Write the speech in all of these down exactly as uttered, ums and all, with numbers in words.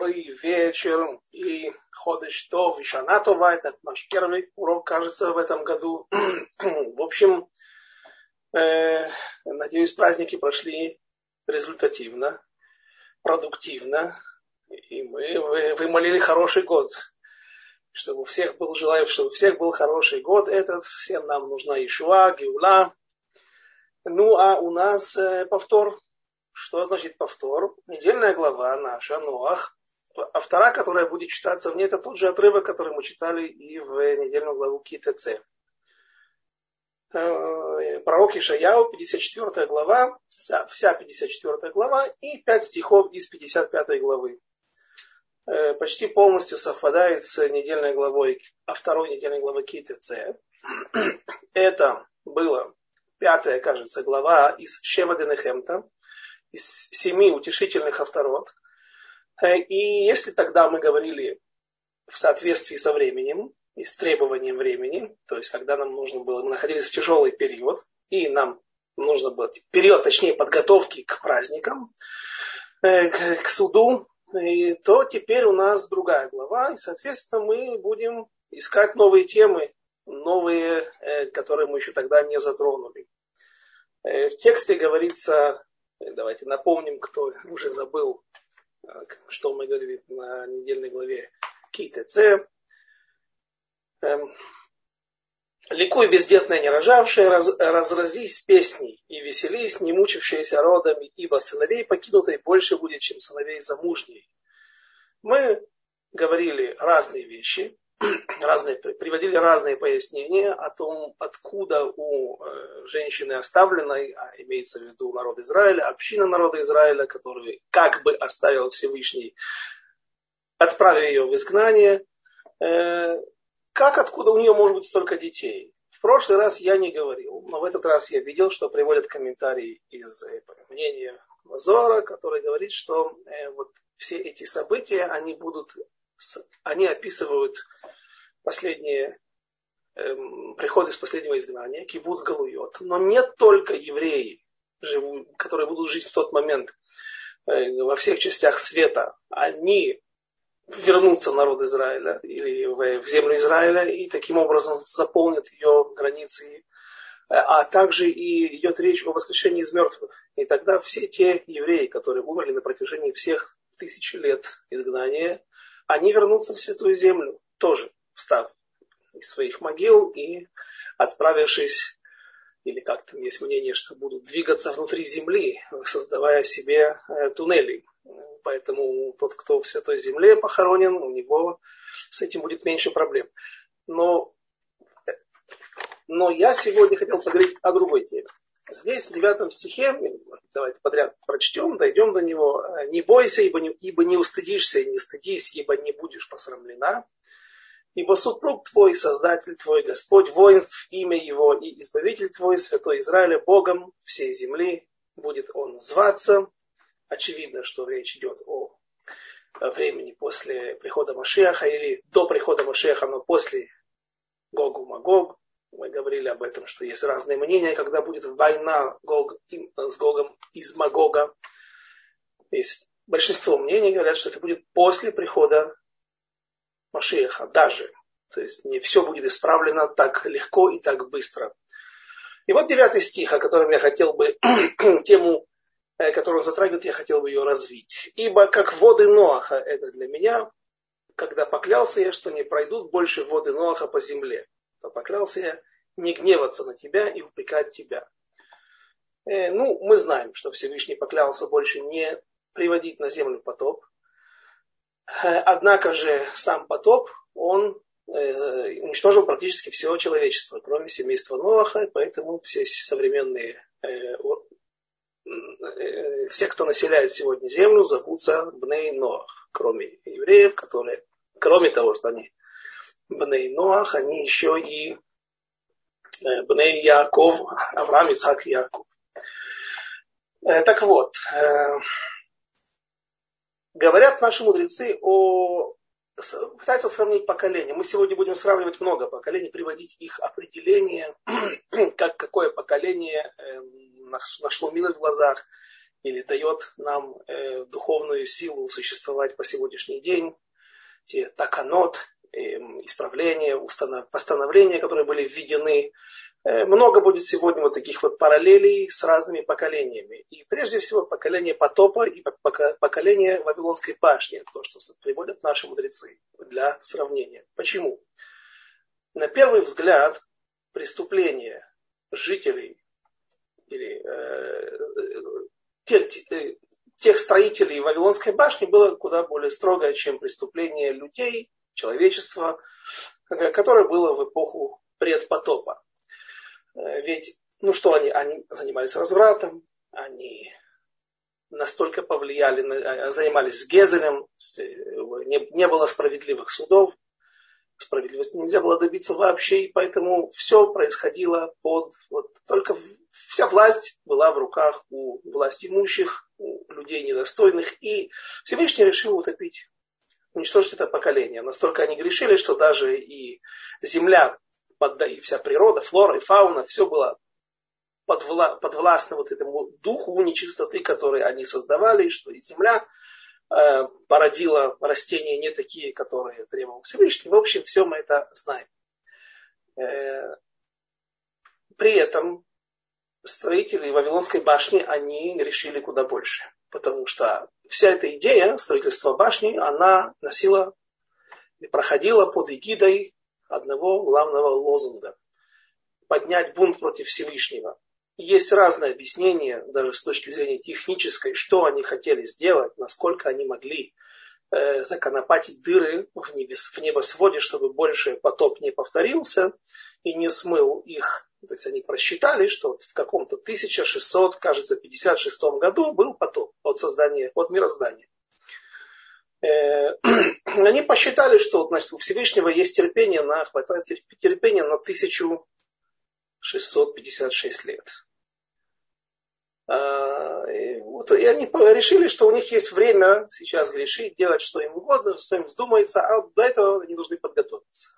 добрый вечер и ходыш тов, и шана това. Это наш первый урок, кажется, в этом году. В общем, э, надеюсь, праздники прошли результативно, продуктивно. И мы вы, вымолили хороший год. Чтобы у всех был, желаю, чтобы у всех был хороший год этот. Всем нам нужна Ишуа, Геула. Ну, а у нас э, повтор. Что значит повтор? Недельная глава наша, Ноах. Автора, которая будет читаться в ней, это тот же отрывок, который мы читали и в недельную главу Ки-Тэ-Цэ. Пророк Ишаяу, пятьдесят четвёртая глава, вся, вся пятьдесят четвёртая глава и пять стихов из пятьдесят пятой главы. Почти полностью совпадает с недельной главой, а второй недельной главы Ки-Тэ-Цэ. Это была пятая, кажется, глава из Шева Денехемта, из семи утешительных авторот. И если тогда мы говорили в соответствии со временем и с требованием времени, то есть когда нам нужно было, мы находились в тяжелый период, и нам нужно было период, точнее, подготовки к праздникам, к, к суду, и, то теперь у нас другая глава, и, соответственно, мы будем искать новые темы, новые, которые мы еще тогда не затронули. В тексте говорится, давайте напомним, кто уже забыл, что мы говорили на недельной главе Ки-Тэ-Цэ. Ликуй, бездетная, не рожавшая, раз, разразись песней и веселись, не мучившиеся родами, ибо сыновей покинутой больше будет, чем сыновей замужней. Мы говорили разные вещи, разные, приводили разные пояснения о том, откуда у женщины оставленной, а имеется в виду народ Израиля, община народа Израиля, которую как бы оставил Всевышний, отправив ее в изгнание, как откуда у нее может быть столько детей. В прошлый раз я не говорил, но в этот раз я видел, что приводят комментарии из мнения Мазора, который говорит, что вот все эти события, они будут, они описывают последние эм, приходы из последнего изгнания, кибуц галуйот. Но не только евреи, живу, которые будут жить в тот момент э, во всех частях света, они вернутся в народ Израиля или в, в землю Израиля и таким образом заполнят ее границы. А также и идет речь о воскрешении из мертвых. И тогда все те евреи, которые умерли на протяжении всех тысяч лет изгнания, они вернутся в Святую Землю, тоже встав из своих могил и отправившись, или как там есть мнение, что будут двигаться внутри земли, создавая себе туннели. Поэтому тот, кто в Святой Земле похоронен, у него с этим будет меньше проблем. Но, но я сегодня хотел поговорить о другой теме. Здесь в девятом стихе, давайте подряд прочтем, дойдем до него. «Не бойся, ибо не, ибо не устыдишься, и не стыдись, ибо не будешь посрамлена. Ибо супруг твой, Создатель твой, Господь воинств, имя его, и Избавитель твой, Святой Израиля, Богом всей земли, будет он зваться». Очевидно, что речь идет о времени после прихода Машиаха, или до прихода Машиаха, но после Гогу-Магог. Мы говорили об этом, что есть разные мнения, когда будет война Гог, с Гогом из Магога. Есть большинство мнений говорят, что это будет после прихода Машиаха даже. То есть не все будет исправлено так легко и так быстро. И вот девятый стих, о котором я хотел бы тему, которую он затрагивает, я хотел бы ее развить. «Ибо как воды Ноаха это для меня, когда поклялся я, что не пройдут больше воды Ноаха по земле, то поклялся я не гневаться на тебя и упрекать тебя». Э, ну, мы знаем, что Всевышний поклялся больше не приводить на землю потоп. Э, однако же сам потоп, он э, уничтожил практически все человечество, кроме семейства Ноаха, и поэтому все современные э, все, кто населяет сегодня землю, зовутся Бней Ноах, кроме евреев, которые, кроме того, что они Бней Ноах, они еще и Бней Яаков, Авраам, Исаак и Яаков. Так вот, говорят наши мудрецы о... Пытаются сравнить поколения. Мы сегодня будем сравнивать много поколений, приводить их определение, как какое поколение нашло милость в глазах, или дает нам э, духовную силу существовать по сегодняшний день, те таканот, э, исправления, установ, постановления, которые были введены. Э, много будет сегодня вот таких вот параллелей с разными поколениями. И прежде всего поколение потопа и поколение Вавилонской башни, то, что приводят наши мудрецы для сравнения. Почему? На первый взгляд преступления жителей или э, тех, тех строителей Вавилонской башни было куда более строгое, чем преступление людей, человечества, которое было в эпоху предпотопа. Ведь, ну что они, они занимались развратом, они настолько повлияли, занимались гезелем, не, не было справедливых судов, справедливости нельзя было добиться вообще, и поэтому все происходило под... Вот, только вся власть была в руках у власть имущих, у людей недостойных, и Всевышний решил утопить, уничтожить это поколение. Настолько они грешили, что даже и земля, и вся природа, флора и фауна, все было подвла, подвластно вот этому духу нечистоты, который они создавали, что и земля э, породила растения не такие, которые требовал Всевышний. В общем, все мы это знаем. Э, при этом строители Вавилонской башни, они решили куда больше. Потому что вся эта идея строительства башни, она носила и проходила под эгидой одного главного лозунга. Поднять бунт против Всевышнего. Есть разные объяснения, даже с точки зрения технической, что они хотели сделать, насколько они могли э, законопатить дыры в, небес, в небосводе, чтобы больше потоп не повторился и не смыл их. То есть они просчитали, что вот в каком-то тысяча шестьсот, кажется, пятьдесят шестом году был потоп от создания, от мироздания. Они посчитали, что, значит, у Всевышнего есть терпение на, хватает терпения на тысячу шестьсот пятьдесят шесть лет. И, вот, и они решили, что у них есть время сейчас грешить, делать что им угодно, что им вздумается, а до этого они должны подготовиться.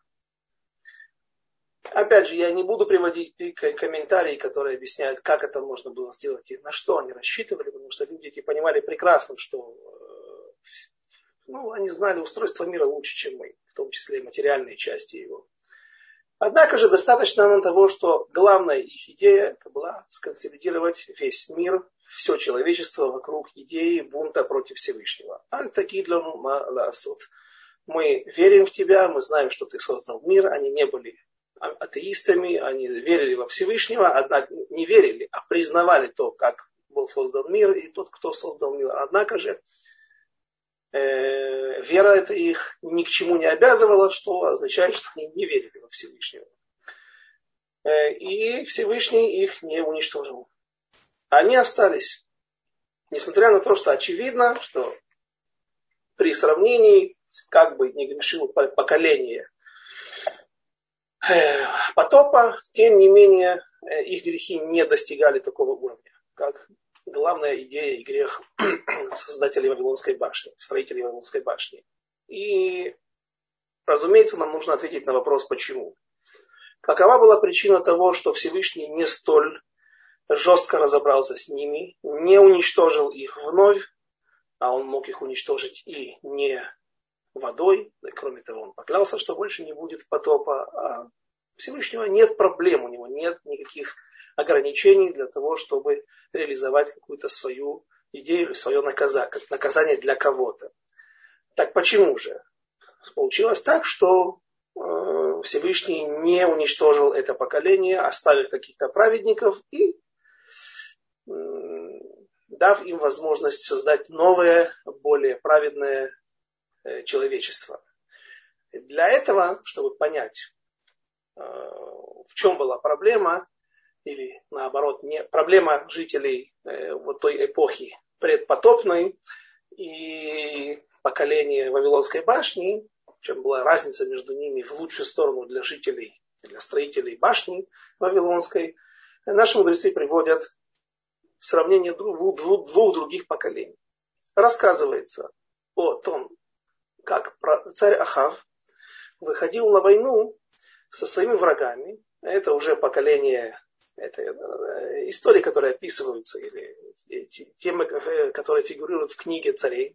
Опять же, я не буду приводить комментарии, которые объясняют, как это можно было сделать и на что они рассчитывали, потому что люди эти понимали прекрасно, что ну, они знали устройство мира лучше, чем мы, в том числе и материальные части его. Однако же достаточно нам того, что главная их идея это была сконсолидировать весь мир, все человечество вокруг идеи бунта против Всевышнего. Аль-Тагидлану ма-ла-асот. Мы верим в тебя, мы знаем, что ты создал мир. Они не были атеистами, они верили во Всевышнего, однако не верили, а признавали то, как был создан мир и тот, кто создал мир. Однако же э, вера это их ни к чему не обязывала, что означает, что они не верили во Всевышнего. Э, и Всевышний их не уничтожил. Они остались. Несмотря на то, что очевидно, что при сравнении, как бы не грешило поколение потопа, тем не менее их грехи не достигали такого уровня, как главная идея и грех создателей Вавилонской башни, строителей Вавилонской башни. И, разумеется, нам нужно ответить на вопрос, почему. Какова была причина того, что Всевышний не столь жестко разобрался с ними, не уничтожил их вновь, а он мог их уничтожить и не водой, да, кроме того, он поклялся, что больше не будет потопа, а Всевышнего нет проблем, у него нет никаких ограничений для того, чтобы реализовать какую-то свою идею или свое наказание, как наказание для кого-то. Так почему же? Получилось так, что э, Всевышний не уничтожил это поколение, оставил каких-то праведников и э, дав им возможность создать новое, более праведное человечества. Для этого, чтобы понять, в чем была проблема, или наоборот, не, проблема жителей вот той эпохи предпотопной и поколения Вавилонской башни, в чем была разница между ними в лучшую сторону для жителей, для строителей башни Вавилонской, наши мудрецы приводят сравнение двух, двух, двух других поколений. Рассказывается о том, как царь Ахав выходил на войну со своими врагами. Это уже поколение это истории, которые описываются, или темы, которые фигурируют в книге царей.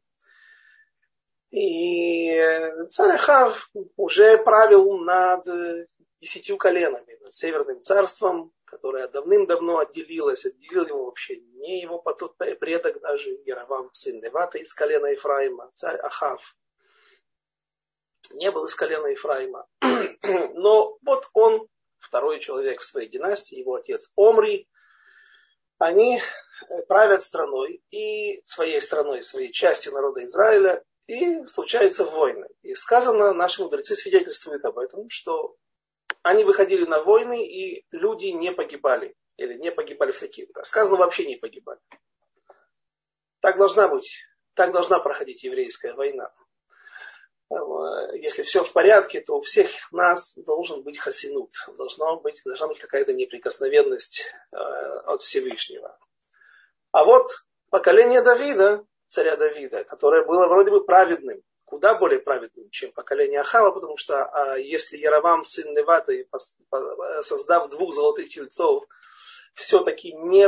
И царь Ахав уже правил над десятью коленами, над Северным царством, которое давным-давно отделилось, отделил его вообще не его предок, даже Яровам, сын Невата из колена Ефраима, царь Ахав не был из колена Ефраима. Но вот он, второй человек в своей династии, его отец Омри, они правят страной, и своей страной, своей частью народа Израиля, и случаются войны. И сказано, наши мудрецы свидетельствуют об этом, что они выходили на войны, и люди не погибали. Или не погибали в таких. Сказано, вообще не погибали. Так должна быть, так должна проходить еврейская война. Если все в порядке, то у всех нас должен быть хасинут. Должна быть, должна быть какая-то неприкосновенность от Всевышнего. А вот поколение Давида, царя Давида, которое было вроде бы праведным, куда более праведным, чем поколение Ахава, потому что а, если Яровам, сын Невата, создав двух золотых тельцов, все-таки не,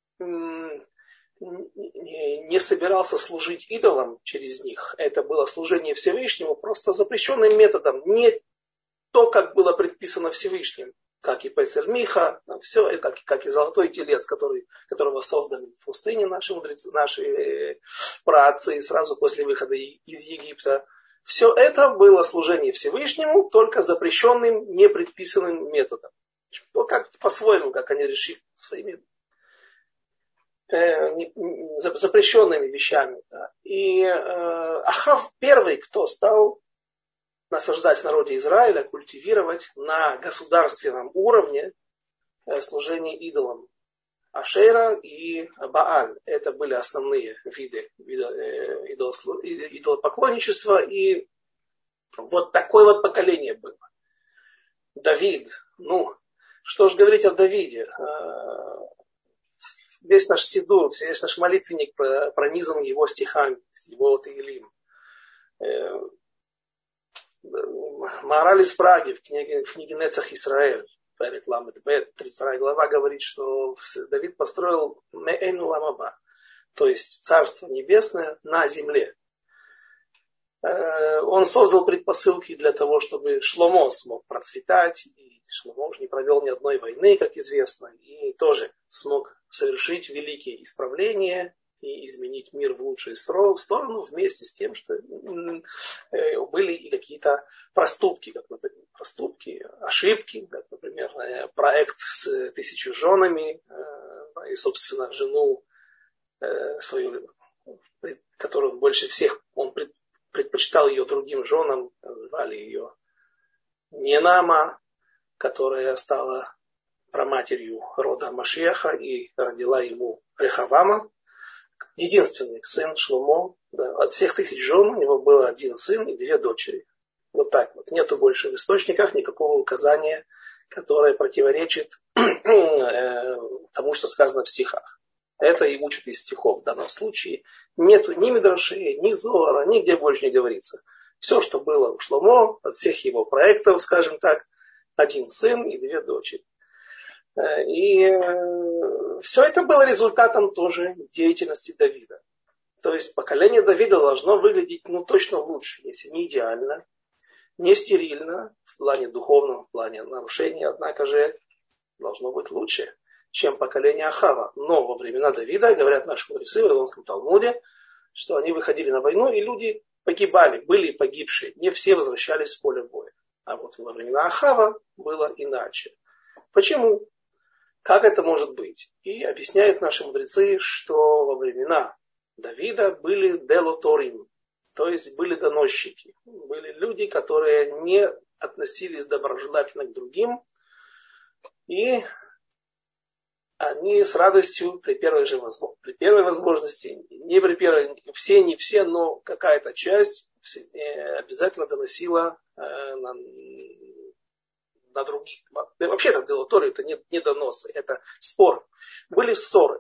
не, не собирался служить идолам через них, это было служение Всевышнему просто запрещенным методом, не то, как было предписано Всевышним, как и Песель Миха, все, как, как и золотой телец, который, которого создали в пустыне наши мудрецы, наши праотцы сразу после выхода из Египта. Все это было служение Всевышнему, только запрещенным, непредписанным методом. Как, по-своему, как они решили своими э, не, запрещенными вещами. Да. И э, Ахав первый, кто стал насаждать в народе Израиля, культивировать на государственном уровне служение идолам. Ашера и Бааль. Это были основные виды идолопоклонничества. И вот такое вот поколение было. Давид. Ну, что ж говорить о Давиде. Весь наш сидур, весь наш молитвенник пронизан его стихами, его Теилим. Маораль из Праги в книге, в книге Нецах Исраэль, тридцать вторая глава, говорит, что Давид построил Меэн Ламаба, то есть Царство Небесное на земле. Он создал предпосылки для того, чтобы Шломо смог процветать, и Шломо уже не провел ни одной войны, как известно, и тоже смог совершить великие исправления и изменить мир в лучшую сторону вместе с тем, что были и какие-то проступки, как, например, проступки, ошибки, как, например, проект с тысячу женами и, собственно, жену свою, которую больше всех он предпочитал ее другим женам, звали ее Ненама, которая стала праматерью рода Машиаха и родила ему Рехавама. Единственный сын Шломо, да, от всех тысяч жен у него был один сын и две дочери. Вот так вот. Нету больше в источниках никакого указания, которое противоречит тому, что сказано в стихах. Это и учат из стихов в данном случае. Нету ни Мидрашей, ни Зоара, нигде больше не говорится. Все, что было у Шломо, от всех его проектов, скажем так, один сын и две дочери. И все это было результатом тоже деятельности Давида. То есть поколение Давида должно выглядеть ну, точно лучше, если не идеально, не стерильно в плане духовном, в плане нарушений, однако же должно быть лучше, чем поколение Ахава. Но во времена Давида, говорят наши мудрецы в Вавилонском Талмуде, что они выходили на войну, и люди погибали, были погибшие, не все возвращались с поля боя. А вот во времена Ахава было иначе. Почему? Как это может быть? И объясняют наши мудрецы, что во времена Давида были делоторим, то есть были доносчики, были люди, которые не относились доброжелательно к другим, и они с радостью при первой же возможности, при первой возможности, не при первой, все, не все, но какая-то часть обязательно доносила на, на других. Да, вообще это делатория, это не, не доносы, это спор. Были ссоры.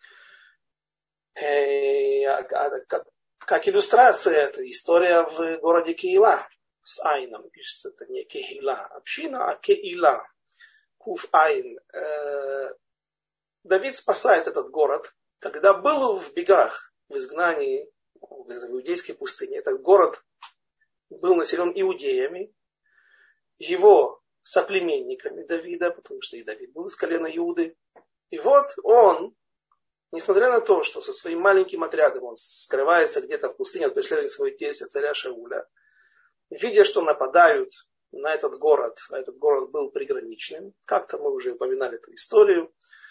Э, а, как, как иллюстрация, это история в городе Кеила с Айном пишется, это не Кеила, община, а Кеила. Куф Айн. Э, Давид спасает этот город, когда был в бегах, в изгнании, в иудейской пустыне. Этот город был населен иудеями, его соплеменниками Давида, потому что и Давид был из колена Иуды. И вот он, несмотря на то, что со своим маленьким отрядом он скрывается где-то в пустыне от преследования своего тестя, царя Шауля, видя, что нападают на этот город, а этот город был приграничным, как-то мы уже упоминали эту историю,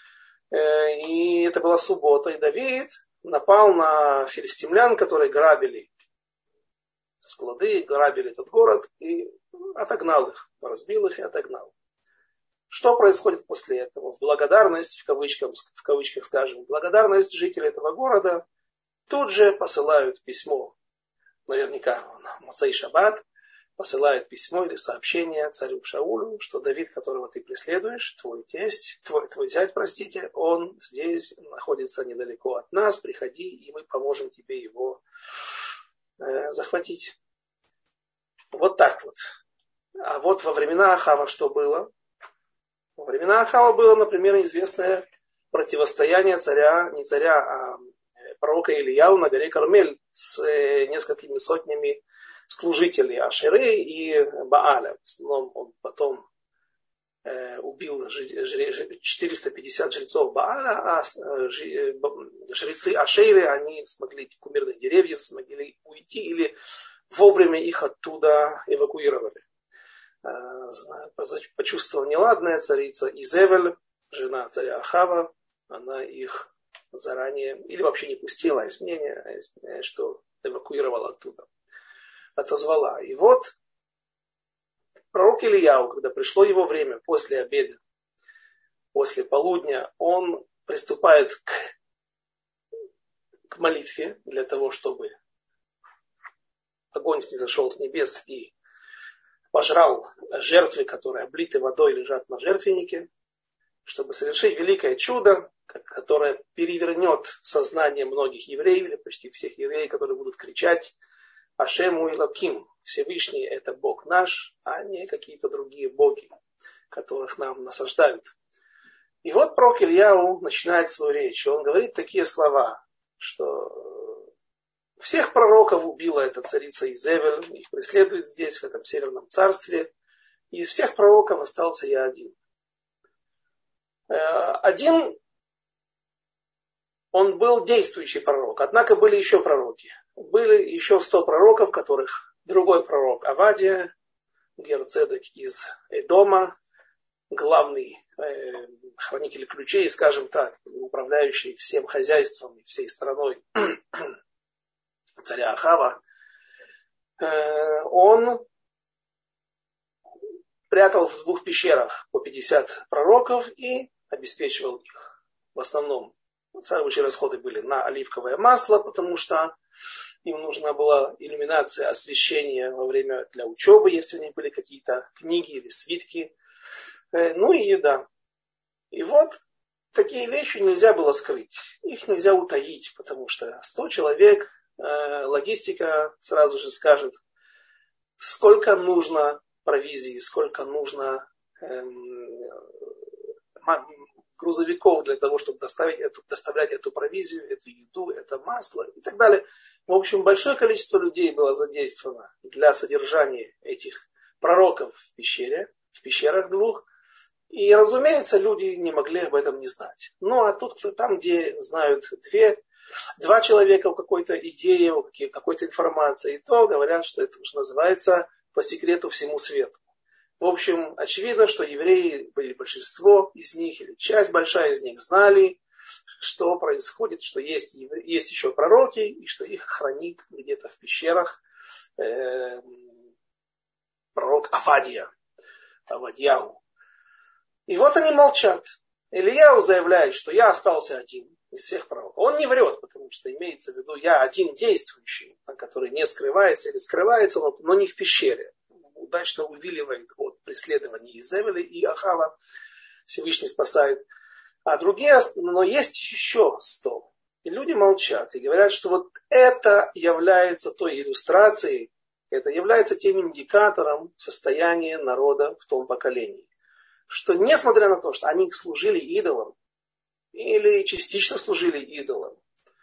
и это была суббота, и Давид напал на филистимлян, которые грабили склады, грабили этот город, и отогнал их, разбил их и отогнал. Что происходит после этого? В благодарность, в кавычках, в кавычках скажем, в благодарность жителей этого города тут же посылают письмо, наверняка на Моцей Шаббат, посылает письмо или сообщение царю Шаулю, что Давид, которого ты преследуешь, твой тесть, твой, твой зять, простите, он здесь находится недалеко от нас, приходи, и мы поможем тебе его э, захватить. Вот так вот. А вот во времена Ахава что было? Во времена Ахава было, например, известное противостояние царя, не царя, а пророка Илияу на горе Кармель с несколькими сотнями служителей Ашеры и Бааля. В основном он потом э, убил четыреста пятьдесят жрецов Бааля, а жрецы Ашеры, они смогли, кумирных деревьев, смогли уйти или вовремя их оттуда эвакуировали. Почувствовала неладная царица Изевель, жена царя Ахава, она их заранее, или вообще не пустила, есть мнение, есть мнение, что эвакуировала оттуда, отозвала. И вот пророк Илияу, когда пришло его время после обеда, после полудня, он приступает к, к молитве для того, чтобы огонь снизошел с небес и пожрал жертвы, которые облиты водой, лежат на жертвеннике, чтобы совершить великое чудо, которое перевернет сознание многих евреев, или почти всех евреев, которые будут кричать Ашему Элоким, Всевышний это Бог наш, а не какие-то другие боги, которых нам насаждают. И вот пророк Илияу начинает свою речь. Он говорит такие слова, что всех пророков убила эта царица Изевель, их преследует здесь, в этом северном царстве. И из всех пророков остался я один. Один, он был действующий пророк, однако были еще пророки. Были еще сто пророков, которых другой пророк Авадия, Гер-Цедек из Эдома, главный э, хранитель ключей, скажем так, управляющий всем хозяйством и всей страной царя Ахава, э, он прятал в двух пещерах по пятьдесят пророков и обеспечивал их. В основном самые большие расходы были на оливковое масло, потому что им нужна была иллюминация, освещение во время для учебы, если у них были какие-то книги или свитки. Ну и еда. И вот такие вещи нельзя было скрыть. Их нельзя утаить, потому что сто человек, логистика сразу же скажет, сколько нужно провизии, сколько нужно эм, грузовиков для того, чтобы доставить эту, доставлять эту провизию, эту еду, это масло и так далее. В общем, большое количество людей было задействовано для содержания этих пророков в пещере, в пещерах двух. И, разумеется, люди не могли об этом не знать. Ну, а тут, там, где знают две, два человека у какой-то идеи, у какой-то информации, то говорят, что это уже называется по секрету всему свету. В общем, очевидно, что евреи, или большинство из них, или часть большая из них знали, что происходит, что есть, есть еще пророки, и что их хранит где-то в пещерах э, пророк Авадия, Авадьяу. И вот они молчат. Илияу заявляет, что я остался один из всех пророков. Он не врет, потому что имеется в виду, я один действующий, который не скрывается или скрывается, но не в пещере. Удачно увиливает от преследования Изевеля и Ахава. Всевышний спасает. А другие, но есть еще сто. И люди молчат и говорят, что вот это является той иллюстрацией, это является тем индикатором состояния народа в том поколении. Что несмотря на то, что они служили идолам, или частично служили идолам.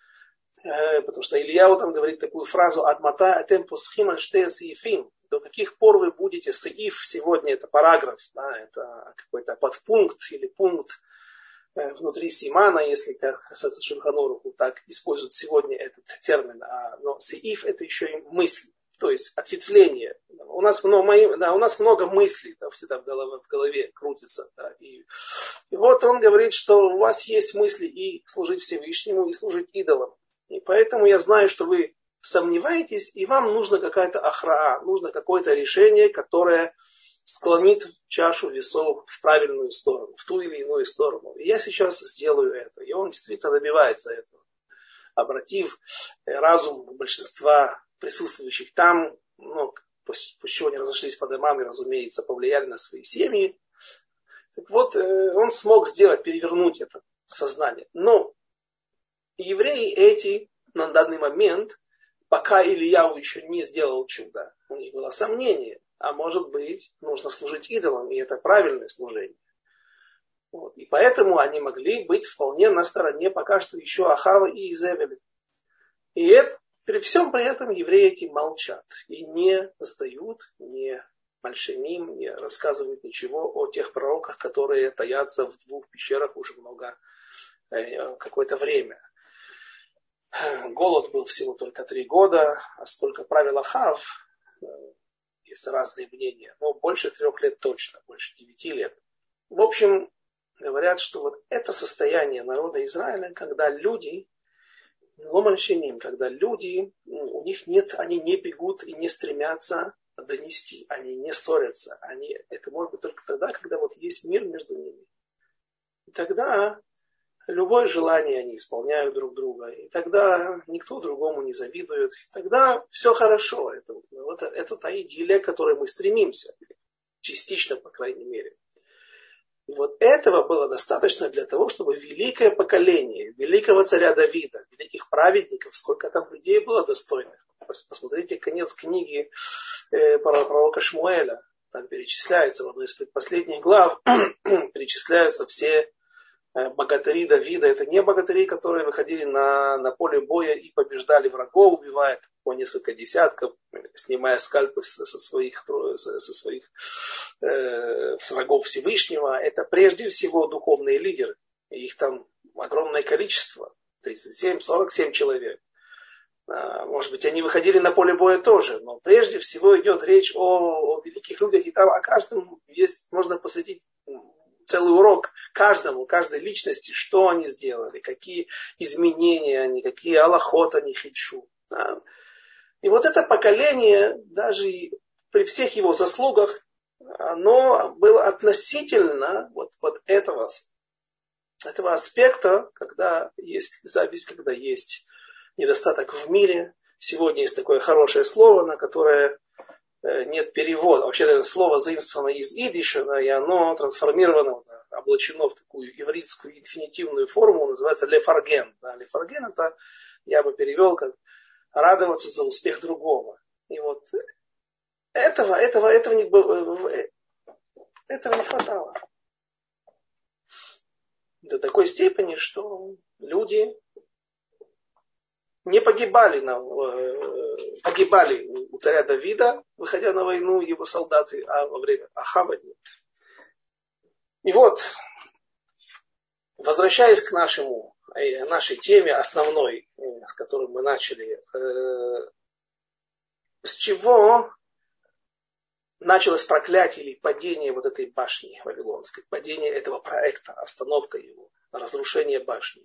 Потому что Ильяу там говорит такую фразу «Адмата атем пусхим аль штей сеифим». До каких пор вы будете, сеиф сегодня это параграф, да, это какой-то подпункт или пункт внутри симана, если касаться Шульхан Аруху, так используют сегодня этот термин. Но сеиф это еще и мысль, то есть ответвление. У нас много, да, у нас много мыслей, да, всегда в голове, в голове крутится. Да, и, и вот он говорит, что у вас есть мысли и служить Всевышнему, и служить идолам. И поэтому я знаю, что вы сомневаетесь, и вам нужно какая-то ахраа, нужно какое-то решение, которое склонит чашу весов в правильную сторону, в ту или иную сторону. И я сейчас сделаю это. И он действительно добивается этого. Обратив разум большинства присутствующих там, ну, после чего они разошлись по домам и, разумеется, повлияли на свои семьи. Так вот, он смог сделать, перевернуть это сознание. Но евреи эти на данный момент, пока Ильяу еще не сделал чудо, у них было сомнение, а может быть, нужно служить идолам, и это правильное служение. Вот. И поэтому они могли быть вполне на стороне пока что еще Ахава и Изевеля. И это, при всем при этом евреи эти молчат и не сдают, не мальшиним, не рассказывают ничего о тех пророках, которые таятся в двух пещерах уже много, какое-то время. Голод был всего только три года, а сколько правил Ахав, есть разные мнения, но больше трех лет точно, больше девяти лет. В общем, говорят, что вот это состояние народа Израиля, когда люди, ломальщиним, когда люди, у них нет, они не бегут и не стремятся донести, они не ссорятся, они, это может быть только тогда, когда вот есть мир между ними. И тогда любое желание они исполняют друг друга. И тогда никто другому не завидует. И тогда все хорошо. Это, вот, это та идиллия, к которой мы стремимся. Частично, по крайней мере. И вот этого было достаточно для того, чтобы великое поколение великого царя Давида, великих праведников, сколько там людей было достойных. Посмотрите конец книги э, пророка Шмуэля. Там перечисляется в одной из предпоследних глав, перечисляются все богатыри Давида. Это не богатыри, которые выходили на, на поле боя и побеждали врагов, убивая по несколько десятков, снимая скальпы со своих, со своих э, врагов Всевышнего. Это прежде всего духовные лидеры. Их там огромное количество. тридцать семь сорок семь человек. Может быть, они выходили на поле боя тоже. Но прежде всего идет речь о, о великих людях. И там о каждом есть, можно посвятить целый урок каждому, каждой личности, что они сделали, какие изменения они, какие алахот они хидшу. Да. И вот это поколение, даже при всех его заслугах, оно было относительно вот, вот этого, этого аспекта, когда есть зависть, когда есть недостаток в мире. Сегодня есть такое хорошее слово, на которое нет перевода. Вообще это слово заимствовано из идиша, да, и оно трансформировано, облачено в такую ивритскую инфинитивную форму, называется лефарген. Да, лефарген это я бы перевел как радоваться за успех другого. И вот этого, этого, этого, не, этого не хватало. До такой степени, что люди не погибали, на, погибали у царя Давида, выходя на войну, его солдаты, а во время Ахава нет. И вот, возвращаясь к нашему, нашей теме основной, с которой мы начали, с чего началось проклятие или падение вот этой башни вавилонской, падение этого проекта, остановка его, разрушение башни.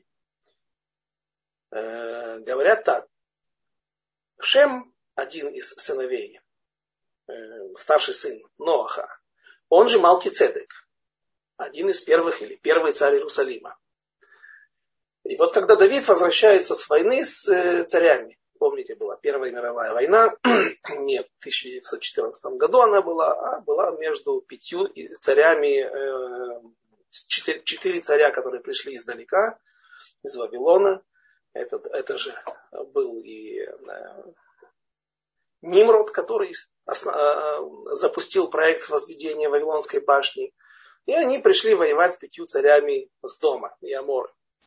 Говорят так. Шем, один из сыновей, старший сын Ноаха, он же Малки-Цедек, один из первых или первый царь Иерусалима. И вот когда Давид возвращается с войны с царями, помните, была Первая мировая война, не в тысяча девятьсот четырнадцатом году она была, а была между пятью царями, четыре, четыре царя, которые пришли издалека, из Вавилона. Это, это же был и э, Нимрод, который основ, э, запустил проект возведения Вавилонской башни. И они пришли воевать с пятью царями с дома и Аморы.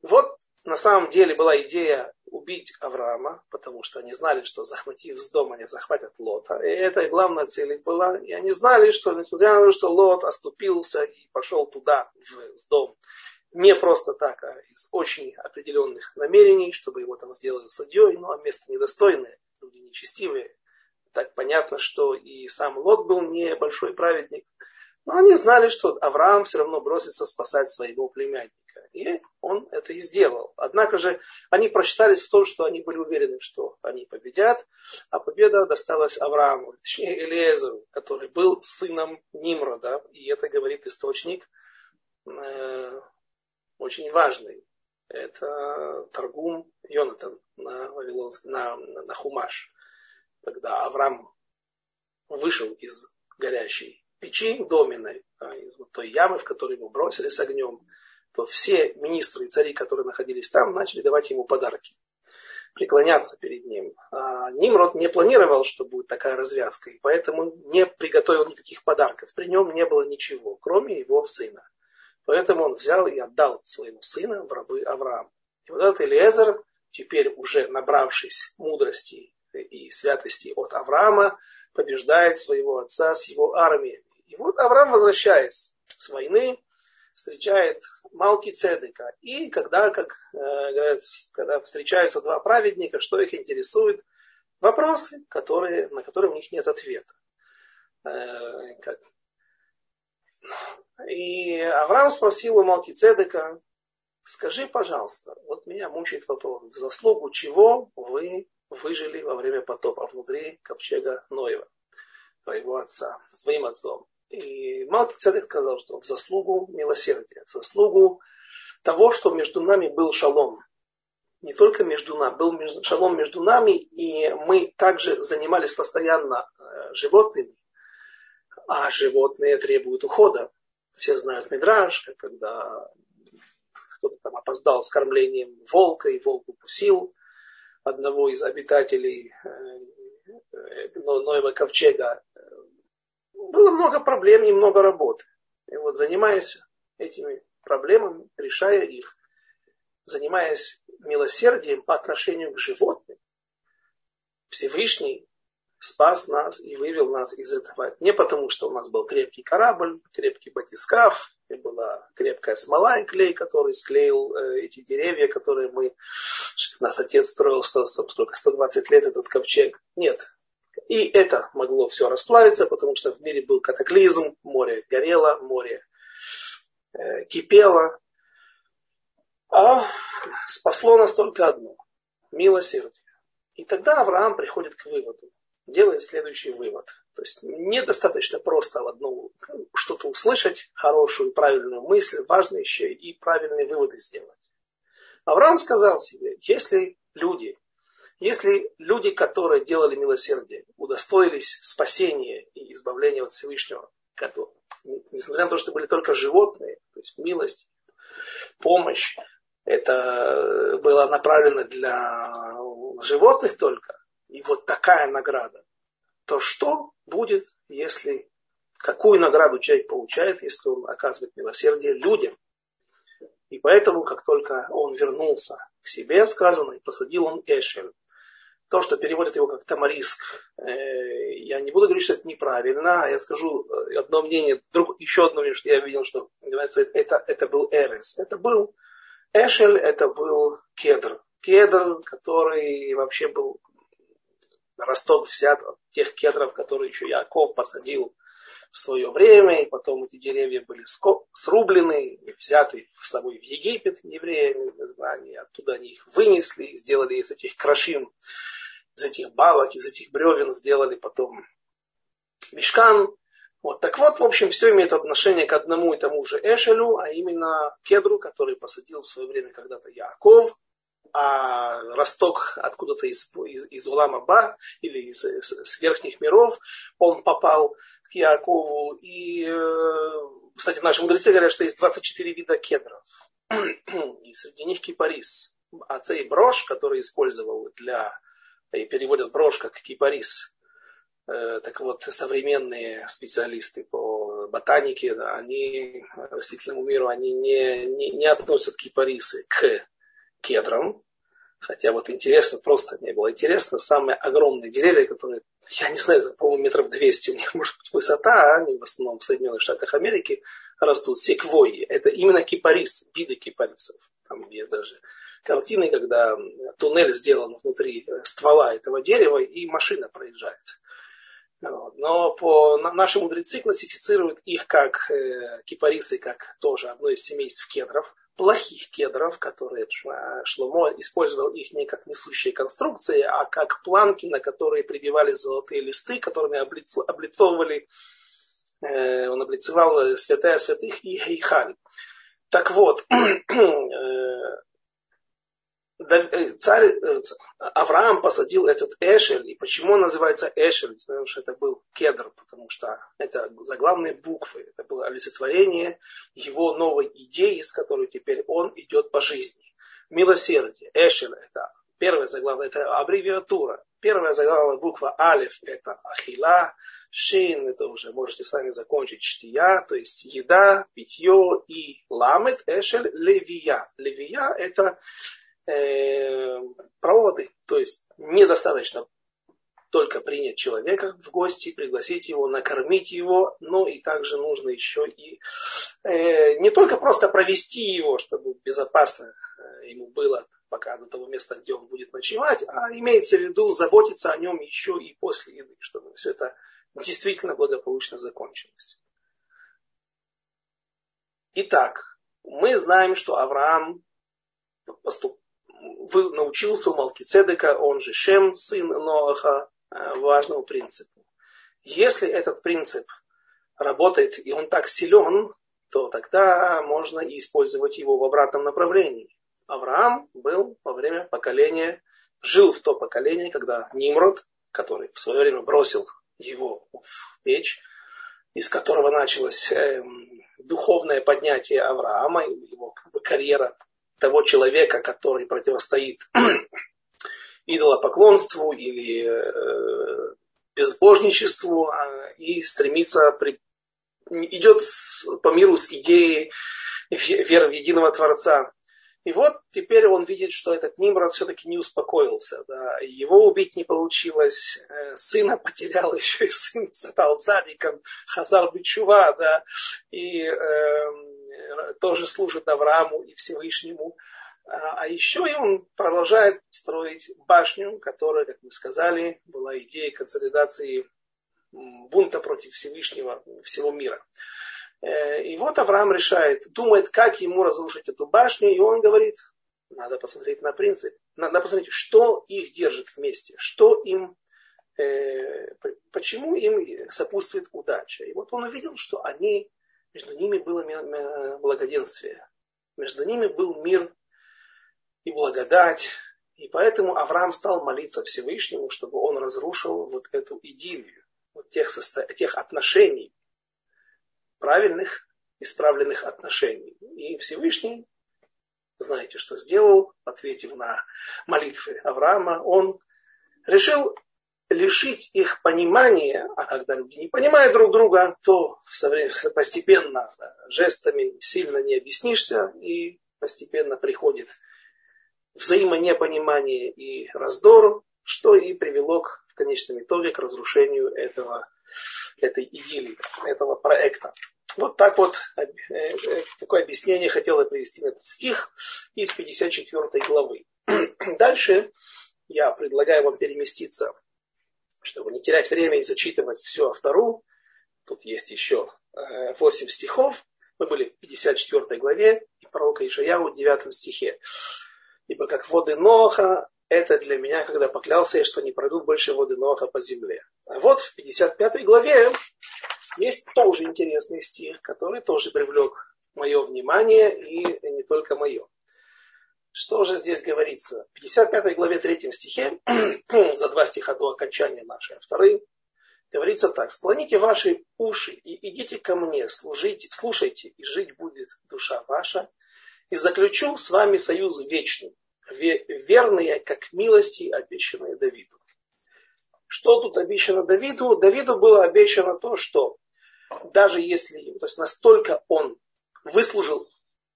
Вот на самом деле была идея убить Авраама, потому что они знали, что захватив Сдом, они захватят Лота. И это главная цель их была. И они знали, что несмотря на то, что Лот оступился и пошел туда, в Сдом, не просто так, а из очень определенных намерений, чтобы его там сделали судьей, ну а место недостойное, люди нечестивые. Так понятно, что и сам Лот был небольшой праведник. Но они знали, что Авраам все равно бросится спасать своего племянника. И он это и сделал. Однако же они просчитались в том, что они были уверены, что они победят, а победа досталась Аврааму, точнее Элиезеру, который был сыном Нимрода. И это говорит источник э, очень важный. Это Таргум Йонатан на, Вавилонск, на, на Хумаш. Когда Авраам вышел из горящей печи доменной, из вот той ямы, в которую его бросили с огнем, то все министры и цари, которые находились там, начали давать ему подарки, преклоняться перед ним. А Нимрод не планировал, что будет такая развязка, и поэтому не приготовил никаких подарков. При нем не было ничего, кроме его сына. Поэтому он взял и отдал своего сына в рабы Аврааму. И вот этот Элиезер, теперь уже набравшись мудрости и святости от Авраама, побеждает своего отца с его армией. И вот Авраам, возвращаясь с войны, встречает Малки-Цедека. И когда, как э, говорят, когда встречаются два праведника, что их интересует? Вопросы, которые, на которые у них нет ответа. Э, как? И Авраам спросил у Малки-Цедека: скажи, пожалуйста, вот меня мучает вопрос, в заслугу чего вы выжили во время потопа внутри ковчега Ноева, твоего отца, с твоим отцом? И Малки-Цедек сказал, что в заслугу милосердия, в заслугу того, что между нами был шалом. Не только между нами, был шалом между нами, и мы также занимались постоянно животными, а животные требуют ухода. Все знают Мидраш, когда кто-то там опоздал с кормлением волка, и волк укусил одного из обитателей Ноева ковчега. Было много проблем и много работы. И вот занимаясь этими проблемами, решая их, занимаясь милосердием по отношению к животным, Всевышний спас нас и вывел нас из этого. Не потому, что у нас был крепкий корабль, крепкий батискаф, и была крепкая смола и клей, который склеил э, эти деревья, которые мы, наш отец строил сто, сколько, сто двадцать лет этот ковчег. Нет. И это могло все расплавиться, потому что в мире был катаклизм, море горело, море э, кипело. А спасло нас только одно – милосердие. И тогда Авраам приходит к выводу, делает следующий вывод. То есть недостаточно просто одну что-то услышать, хорошую, правильную мысль, важно еще и правильные выводы сделать. Авраам сказал себе, если люди, если люди, которые делали милосердие, удостоились спасения и избавления от Всевышнего, которые, несмотря на то, что были только животные, то есть милость, помощь, это было направлено для животных только, и вот такая награда, то что будет, если, какую награду человек получает, если он оказывает милосердие людям? И поэтому, как только он вернулся к себе, сказано, и посадил он Эшель. То, что переводит его как тамариск, э, я не буду говорить, что это неправильно, я скажу одно мнение, друг, еще одно мнение, что я видел, что говорят, что это, это был Эрес. Это был Эшель, это был кедр. Кедр, который вообще был росток взят от тех кедров, которые еще Яаков посадил в свое время, и потом эти деревья были срублены и взяты с собой в Египет евреями, они оттуда они их вынесли, сделали из этих крашим, из этих балок, из этих бревен сделали потом мишкан. Вот, так вот, в общем, все имеет отношение к одному и тому же Эшелю, а именно кедру, который посадил в свое время когда-то Яаков, а росток откуда-то из, из, из Улам-Аба или из, из, из верхних миров, он попал к Яакову. И, кстати, наши мудрецы говорят, что есть двадцать четыре вида кедров. И среди них кипарис. А цей брошь, который использовал для, и переводят брошь как кипарис, так вот, современные специалисты по ботанике, да, они, растительному миру, они не, не, не относят кипарисы к кедром. Хотя вот интересно, просто мне было интересно, самые огромные деревья, которые, я не знаю, по-моему, метров двести у них может быть высота, а они в основном в Соединенных Штатах Америки растут, секвойи. Это именно кипарис, виды кипарисов. Там есть даже картины, когда туннель сделан внутри ствола этого дерева, и машина проезжает. Но по, наши мудрецы классифицируют их как э, кипарисы, как тоже одно из семейств кедров, плохих кедров, которые Шломо использовал их не как несущие конструкции, а как планки, на которые прибивались золотые листы, которыми облицовывали, э, он облицевал святая святых и Гейхаль. Так вот, царь Авраам посадил этот эшель. И почему он называется эшель? Потому что это был кедр, потому что это заглавные буквы. Это было олицетворение его новой идеи, с которой теперь он идет по жизни. Милосердие. Эшель это первая заглавная, это аббревиатура. Первая заглавная буква алеф это ахила. Шин это уже можете сами закончить чтия, то есть еда, питье. И ламет эшель левия. Левия это проводы, то есть недостаточно только принять человека в гости, пригласить его, накормить его, но и также нужно еще и э, не только просто провести его, чтобы безопасно ему было, пока до того места, где он будет ночевать, а имеется в виду заботиться о нем еще и после еды, чтобы все это действительно благополучно закончилось. Итак, мы знаем, что Авраам поступил научился у Малкицедека, он же Шем, сын Ноаха, важному принципу. Если этот принцип работает и он так силен, то тогда можно и использовать его в обратном направлении. Авраам был во время поколения, жил в то поколение, когда Нимрод, который в свое время бросил его в печь, из которого началось э, духовное поднятие Авраама, его как бы, карьера того человека, который противостоит идолопоклонству или э, безбожничеству э, и стремится, при, идет по миру с идеей веры в единого Творца. И вот теперь он видит, что этот Нимрод все-таки не успокоился. Да. Его убить не получилось, э, сына потерял, еще и сын стал цадиком, Хазар Бичува, да, и э, тоже служит Аврааму и Всевышнему. А еще и он продолжает строить башню, которая, как мы сказали, была идеей консолидации бунта против Всевышнего всего мира. И вот Авраам решает, думает, как ему разрушить эту башню, и он говорит, надо посмотреть на принцип, надо посмотреть, что их держит вместе, что им, почему им сопутствует удача. И вот он увидел, что они, между ними было благоденствие, между ними был мир и благодать. И поэтому Авраам стал молиться Всевышнему, чтобы он разрушил вот эту идиллию, вот тех, состо... тех отношений, правильных, исправленных отношений. И Всевышний, знаете, что сделал, ответив на молитвы Авраама, он решил лишить их понимания, а когда люди не понимают друг друга, то постепенно жестами сильно не объяснишься, и постепенно приходит взаимонепонимание и раздор, что и привело к, в конечном итоге к разрушению этого, этой идиллии, этого проекта. Вот так вот, такое объяснение хотел я привести на этот стих из пятьдесят четвёртой главы. Дальше я предлагаю вам переместиться, чтобы не терять время и зачитывать всю автору. Тут есть еще восемь стихов. Мы были в пятьдесят четвёртой главе и пророка Ишаяху в девятом стихе. Ибо как воды Ноаха, это для меня, когда поклялся я, что не пройдут больше воды Ноаха по земле. А вот в пятьдесят пятой главе есть тоже интересный стих, который тоже привлек мое внимание и не только мое. Что же здесь говорится? В пятьдесят пятой главе третьем стихе, за два стиха до окончания нашей авторы, говорится так. «Склоните ваши уши и идите ко мне, служите, слушайте, и жить будет душа ваша. И заключу с вами союз вечный, верные, как милости, обещанные Давиду». Что тут обещано Давиду? Давиду было обещано то, что даже если, то есть настолько он выслужил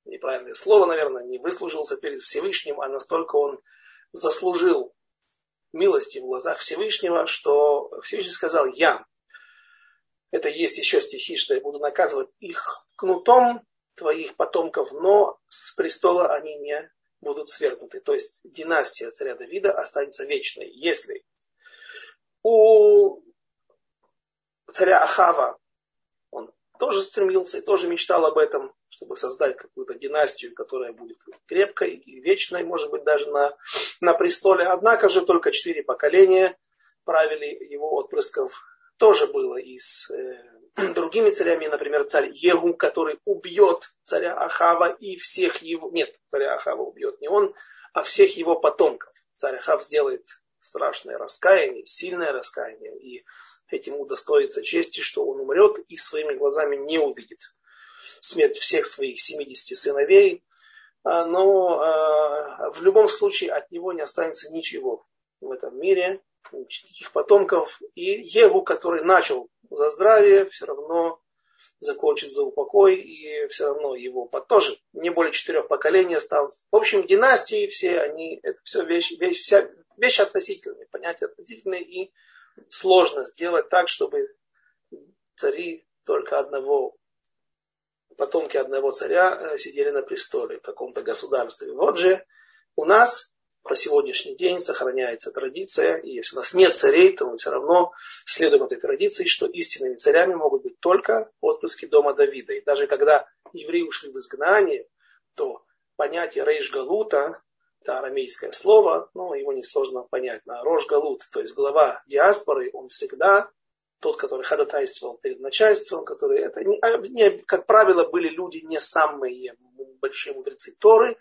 неправильное слово, наверное, не выслужился перед Всевышним, а настолько он заслужил милости в глазах Всевышнего, что Всевышний сказал: я, это есть еще стихи, что я буду наказывать их кнутом твоих потомков, но с престола они не будут свергнуты. То есть династия царя Давида останется вечной. Если у царя Ахава он тоже стремился и тоже мечтал об этом, чтобы создать какую-то династию, которая будет крепкой и вечной, может быть, даже на, на престоле. Однако же только четыре поколения правили его отпрысков. Тоже было и с э, другими царями, например, царь Егу, который убьет царя Ахава и всех его... Нет, царя Ахава убьет не он, а всех его потомков. Царь Ахав сделает страшное раскаяние, сильное раскаяние, и этим удостоится чести, что он умрет и своими глазами не увидит смерть всех своих семидесяти сыновей. Но э, в любом случае от него не останется ничего в этом мире, никаких потомков. И Егу, который начал за здравие, все равно закончит за упокой, и все равно его тоже не более четырех поколений осталось. В общем, династии все они, это все вещи, вещь, вся, вещи относительные, понятия относительные, и сложно сделать так, чтобы цари только одного, потомки одного царя сидели на престоле в каком-то государстве. Вот же у нас по сегодняшний день сохраняется традиция, и если у нас нет царей, то мы все равно следуем этой традиции, что истинными царями могут быть только отпрыски дома Давида. И даже когда евреи ушли в изгнание, то понятие рейш галута, это арамейское слово, но его несложно понять, на рош галут, то есть глава диаспоры, он всегда тот, который ходатайствовал перед начальством, которые, это не, не, как правило, были люди не самые большие мудрецы Торы,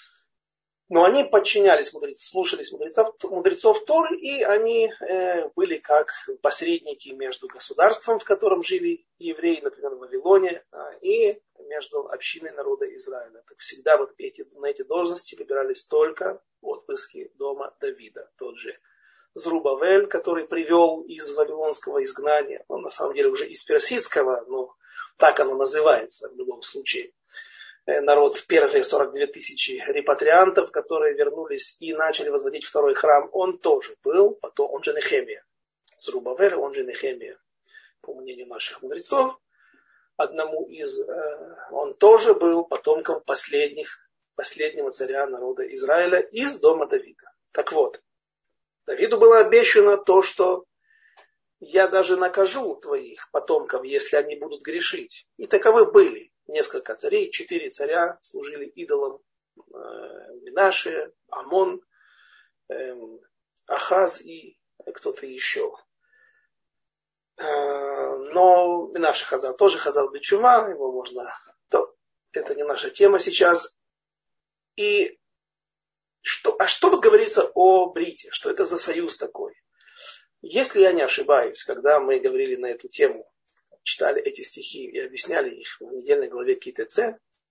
но они подчинялись мудрецам, слушались мудрецов, мудрецов Торы, и они э, были как посредники между государством, в котором жили евреи, например, в Вавилоне, э, и между общиной народа Израиля. Так всегда вот эти, на эти должности выбирались только отпрыски дома Давида. Тот же Зрубавель, который привел из вавилонского изгнания, он на самом деле уже из персидского, но так оно называется в любом случае. Народ, первые сорок две тысячи репатриантов, которые вернулись и начали возводить второй храм, он тоже был, потом он же Нехемия. Зрубавель, он же Нехемия, по мнению наших мудрецов. Одному из, он тоже был потомком последних, последнего царя народа Израиля из дома Давида. Так вот, Давиду было обещано то, что я даже накажу твоих потомков, если они будут грешить. И таковы были. Несколько царей, четыре царя служили идолам: э, Минаше, Амон, э, Ахаз и кто-то еще. Э, но Минаше Хазал тоже Хазал Бечува, его можно... То, это не наша тема сейчас. И что, а что вот говорится о брите? Что это за союз такой? Если я не ошибаюсь, когда мы говорили на эту тему, читали эти стихи и объясняли их в недельной главе КТЦ,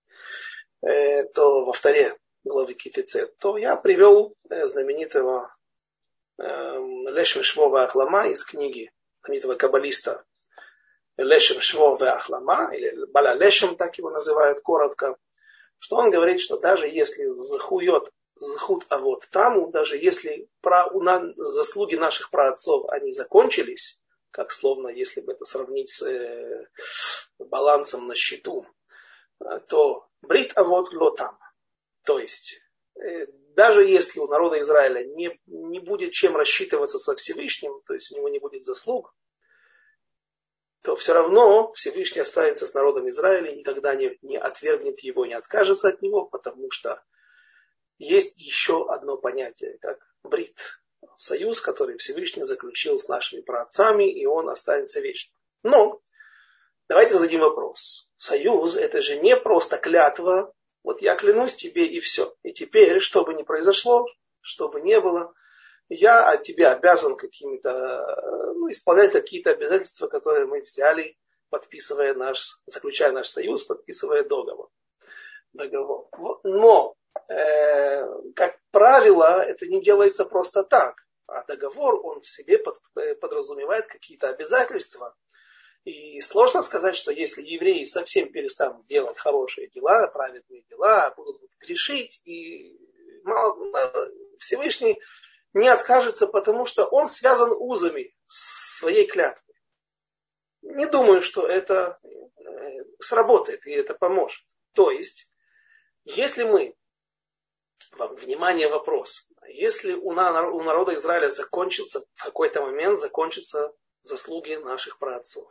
то во второй главе КТЦ, то я привел знаменитого Лешем Шво ве-Ахлама из книги знаменитого каббалиста Лешем Шво ве-Ахлама, или Бала Лешем, так его называют коротко, что он говорит, что даже если захует захуд авот таму, даже если про, у нас, заслуги наших праотцов они закончились, как словно, если бы это сравнить с э, балансом на счету, то брит авот ло там. То есть, э, даже если у народа Израиля не, не будет чем рассчитываться со Всевышним, то есть у него не будет заслуг, то все равно Всевышний останется с народом Израиля и никогда не, не отвергнет его, не откажется от него, потому что есть еще одно понятие, как брит. Союз, который Всевышний заключил с нашими праотцами, и он останется вечным. Но давайте зададим вопрос. Союз — это же не просто клятва. Вот я клянусь тебе, и все. И теперь, что бы ни произошло, что бы ни было, я от тебя обязан какими-то, ну, исполнять какие-то обязательства, которые мы взяли, подписывая наш, заключая наш союз, подписывая договор. договор. Но Э, как правило, это не делается просто так. А договор, он в себе под, подразумевает какие-то обязательства. И сложно сказать, что если евреи совсем перестанут делать хорошие дела, праведные дела, будут грешить, и мало, Всевышний не откажется, потому что он связан узами своей клятвы. Не думаю, что это сработает и это поможет. То есть, если мы, внимание, вопрос, если у народа Израиля закончится, в какой-то момент закончатся заслуги наших праотцов,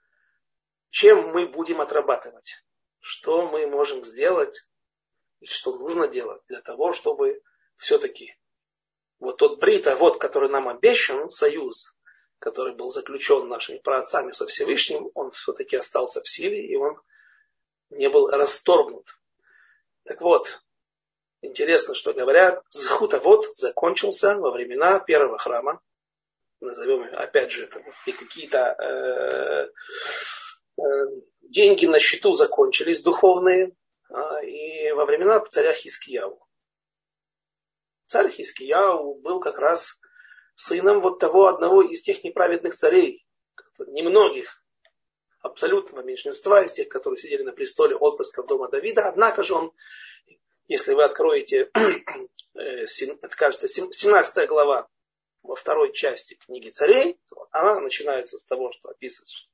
чем мы будем отрабатывать? Что мы можем сделать, и что нужно делать для того, чтобы все-таки вот тот брит, вот, который нам обещан, союз, который был заключен нашими праотцами со Всевышним, он все-таки остался в силе, и он не был расторгнут. Так вот, интересно, что говорят, Зхут Авот закончился во времена первого храма, назовем опять же, и какие-то э, э, деньги на счету закончились духовные, э, и во времена царя Хискияу. Царь Хискияу был как раз сыном вот того одного из тех неправедных царей, немногих, абсолютного меньшинства, из тех, которые сидели на престоле отпрысков дома Давида. Однако же он, если вы откроете, это кажется, семнадцатая глава во второй части книги царей, она начинается с того, что описывает, что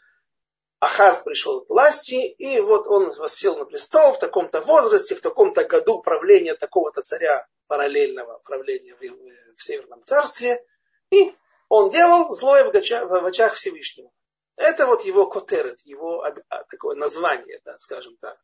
Ахаз пришел к власти, и вот он воссел на престол в таком-то возрасте, в таком-то году правления такого-то царя, параллельного правления в, в Северном царстве, и он делал злое в очах, в очах Всевышнего. Это вот его котерет, его такое название, да, скажем так,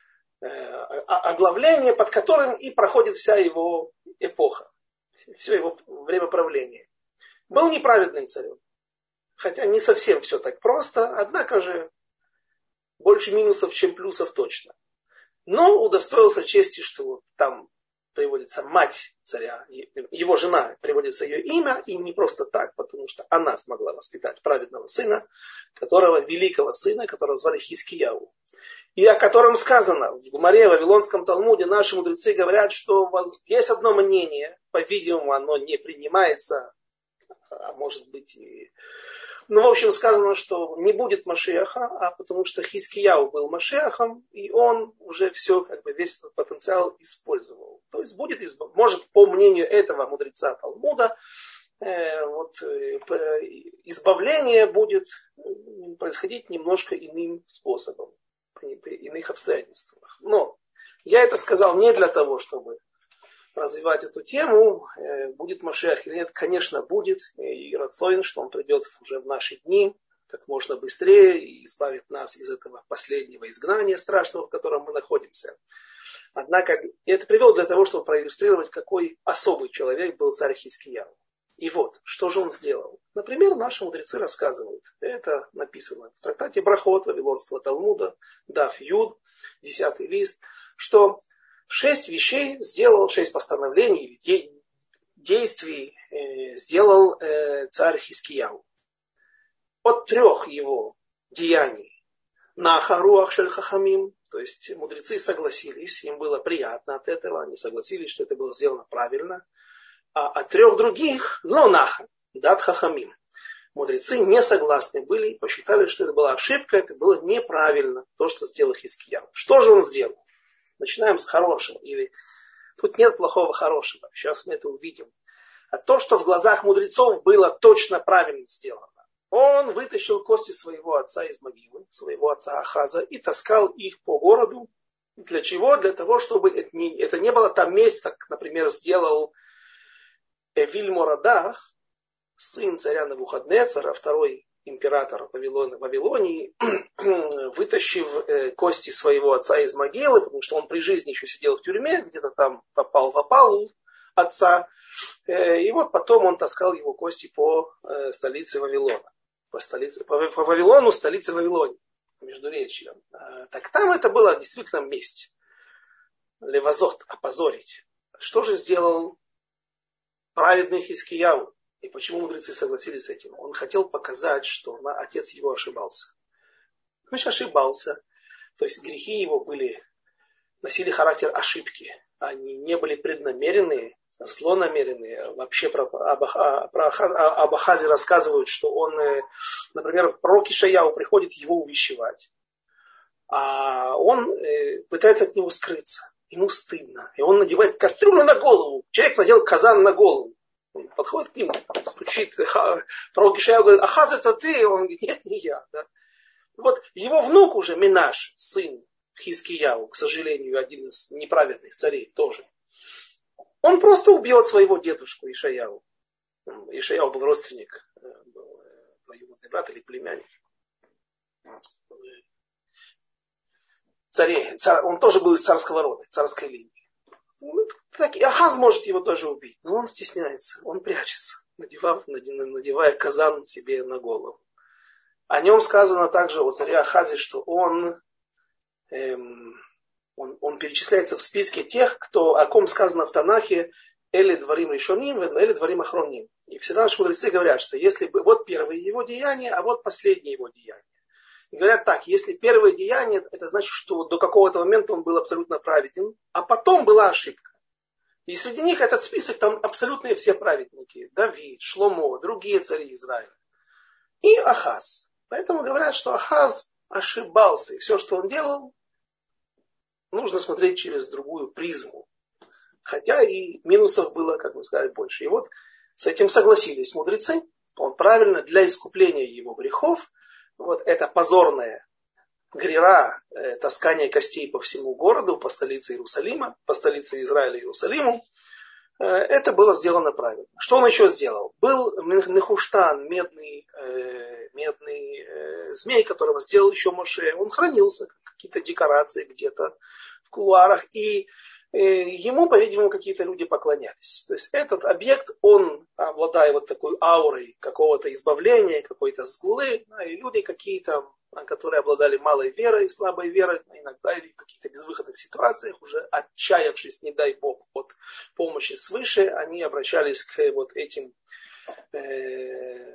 оглавление, под которым и проходит вся его эпоха, все его время правления. Был неправедным царем. Хотя не совсем все так просто, однако же больше минусов, чем плюсов точно. Но удостоился чести, что вот там приводится мать царя, его жена, приводится ее имя, и не просто так, потому что она смогла воспитать праведного сына, которого, великого сына, которого звали Хискияу. И о котором сказано в Гемаре, в Вавилонском Талмуде, наши мудрецы говорят, что есть одно мнение, по-видимому, оно не принимается, а может быть и... Ну, в общем, сказано, что не будет Машиаха, а потому что Хискияу был Машиахом, и он уже все, как бы, весь этот потенциал использовал. То есть будет, может, по мнению этого мудреца Талмуда, э, вот, э, избавление будет происходить немножко иным способом, при, при иных обстоятельствах. Но я это сказал не для того, чтобы развивать эту тему, будет Машиах или нет, конечно, будет, и рацоин, что он придет уже в наши дни, как можно быстрее, и избавит нас из этого последнего изгнания страшного, в котором мы находимся. Однако, я это привел для того, чтобы проиллюстрировать, какой особый человек был царь Хискияу. И вот, что же он сделал? Например, наши мудрецы рассказывают, это написано в трактате Брахот Вавилонского Талмуда, Даф Юд, десятый лист, что шесть вещей сделал, шесть постановлений или де, действий э, сделал э, царь Хискияу. От трех его деяний на харуах шель хахамим, то есть мудрецы согласились, им было приятно от этого, они согласились, что это было сделано правильно. А от трех других, но наха, дат хахамим, мудрецы не согласны были и посчитали, что это была ошибка, это было неправильно, то, что сделал Хискияу. Что же он сделал? Начинаем с хорошего. Или тут нет плохого хорошего. Сейчас мы это увидим. А то, что в глазах мудрецов было точно правильно сделано. Он вытащил кости своего отца из могилы, своего отца Ахаза, и таскал их по городу. Для чего? Для того, чтобы это не, это не было там месть, как, например, сделал Эвиль-Морадах, сын царя Навуходнецара, второй император Вавилонии, вытащив кости своего отца из могилы, потому что он при жизни еще сидел в тюрьме, где-то там попал в опалу отца, и вот потом он таскал его кости по столице Вавилона, по, столице, по Вавилону, столице Вавилонии, междуречьем. Так там это было действительно месть, левазот, опозорить. Что же сделал праведный Хискияу? И почему мудрецы согласились с этим? Он хотел показать, что отец его ошибался. Значит, ошибался. То есть грехи его были, носили характер ошибки. Они не были преднамеренные, злонамеренные. Вообще про, об, про об Ахазе рассказывают, что он, например, пророк Ишаяу приходит его увещевать, а он пытается от него скрыться. Ему стыдно. И он надевает кастрюлю на голову. Человек надел казан на голову. Он подходит к нему, стучит. Пророк Ишаяу говорит: Ахаз, это ты? Он говорит: нет, не я. Да? Вот его внук уже, Минаш, сын Хискияу, к сожалению, один из неправедных царей тоже. Он просто убьет своего дедушку Ишаяу. Ишаяу был родственник, был двоюродный брат или племянник. Царей, царь, он тоже был из царского рода, царской линии. Так, Ахаз может его тоже убить, но он стесняется, он прячется, надевая, надевая казан себе на голову. О нем сказано также, о царе Ахазе, что он, эм, он, он перечисляется в списке тех, кто, о ком сказано в Танахе: «Эли дворим решоним, эли дворим ахроним». И всегда наши мудрецы говорят, что если бы вот первые его деяния, а вот последние его деяния. И говорят так: если первое деяние, это значит, что до какого-то момента он был абсолютно праведен, а потом была ошибка. И среди них этот список, там абсолютные все праведники: Давид, Шломо, другие цари Израиля. И Ахаз. Поэтому говорят, что Ахаз ошибался. И все, что он делал, нужно смотреть через другую призму. Хотя и минусов было, как мы сказали, больше. И вот с этим согласились мудрецы. Он правильно для искупления его грехов. Вот это позорное грира, э, таскание костей по всему городу, по столице Иерусалима, по столице Израиля Иерусалиму, э, это было сделано правильно. Что он еще сделал? Был Нехуштан, медный, э, медный э, змей, которого сделал еще Моше. Он хранился, какие-то декорации где-то в кулуарах, и ему, по-видимому, какие-то люди поклонялись. То есть этот объект, он, обладая вот такой аурой какого-то избавления, какой-то сгулы, да, и люди какие-то, которые обладали малой верой, слабой верой, иногда или в каких-то безвыходных ситуациях, уже отчаявшись, не дай Бог, от помощи свыше, они обращались к вот этим, э,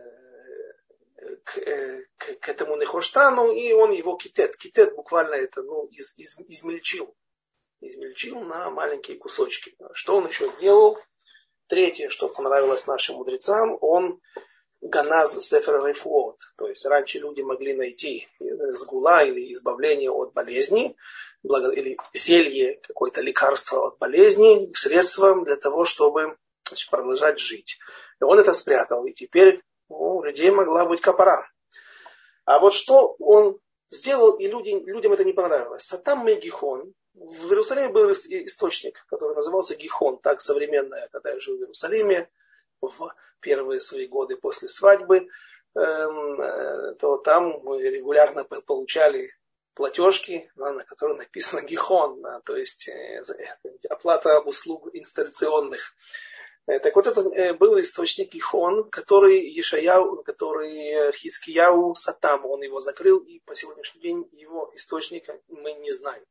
к, э, к, к этому Нехоштану, и он его китет. Китет буквально это, ну, из, из, измельчил. измельчил на маленькие кусочки. Что он еще сделал? Третье, что понравилось нашим мудрецам, он ганаз сефер рефуот. То есть раньше люди могли найти сгула или избавление от болезни, или зелье, какое-то лекарство от болезни, средством для того, чтобы, значит, продолжать жить. И он это спрятал. И теперь ну, у людей могла быть капара. А вот что он сделал, и люди, людям это не понравилось. Сатам Мегихон. В Иерусалиме был источник, который назывался Гихон, так современное, когда я жил в Иерусалиме в первые свои годы после свадьбы, то там мы регулярно получали платежки, на которых написано Гихон, то есть оплата услуг инсталляционных. Так вот, это был источник Гихон, который Ешаяу, который Хискияу Сатам, он его закрыл, и по сегодняшний день его источника мы не знаем.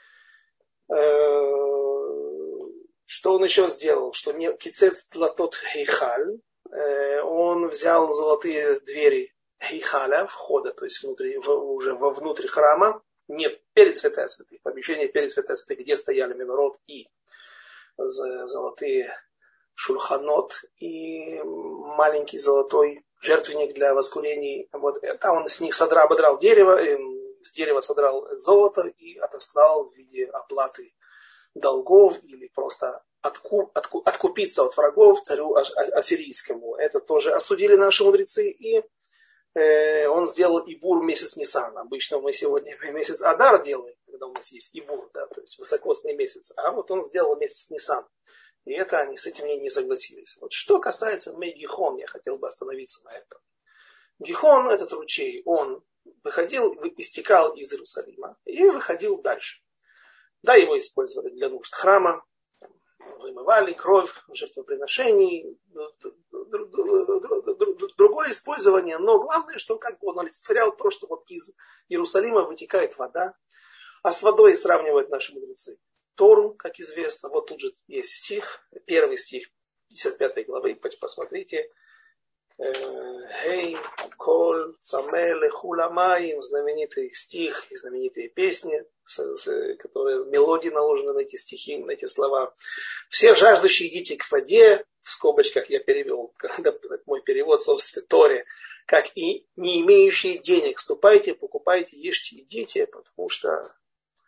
Что он еще сделал? Что не кицец тлатот хейхаль, он взял золотые двери хейхаля, входа, то есть внутри, в, уже вовнутрь храма, не перед святая святых, помещение перед святая святых, где стояли минород и золотые шульханот и маленький золотой жертвенник для воскурений. Вот там он с них содрал, ободрал дерево, с дерева содрал золото и отослал в виде оплаты долгов или просто откуп, откуп, откупиться от врагов царю ассирийскому. Это тоже осудили наши мудрецы. И э, он сделал Ибур месяц Нисан. Обычно мы сегодня месяц Адар делаем, когда у нас есть Ибур, да, то есть высокосный месяц. А вот он сделал месяц Нисан. И это они с этим не согласились. Вот что касается Мей Гихон, я хотел бы остановиться на этом. Гихон, этот ручей, он выходил, истекал из Иерусалима и выходил дальше. Да, его использовали для нужд храма, вымывали кровь, жертвоприношений, другое использование, но главное, что как бы он олицетворял то, что вот из Иерусалима вытекает вода, а с водой сравнивают наши мудрецы Тору, как известно. Вот тут же есть стих, первый стих пятьдесят пятой главы, посмотрите. Эй, коль, цаме, лехуламаим, знаменитый стих и знаменитые песни, которые, мелодии наложены на эти стихи, на эти слова. Все жаждущие идите к воде, в скобочках я перевел, когда мой перевод, собственно, Торе, как и не имеющие денег, ступайте, покупайте, ешьте, едите, потому что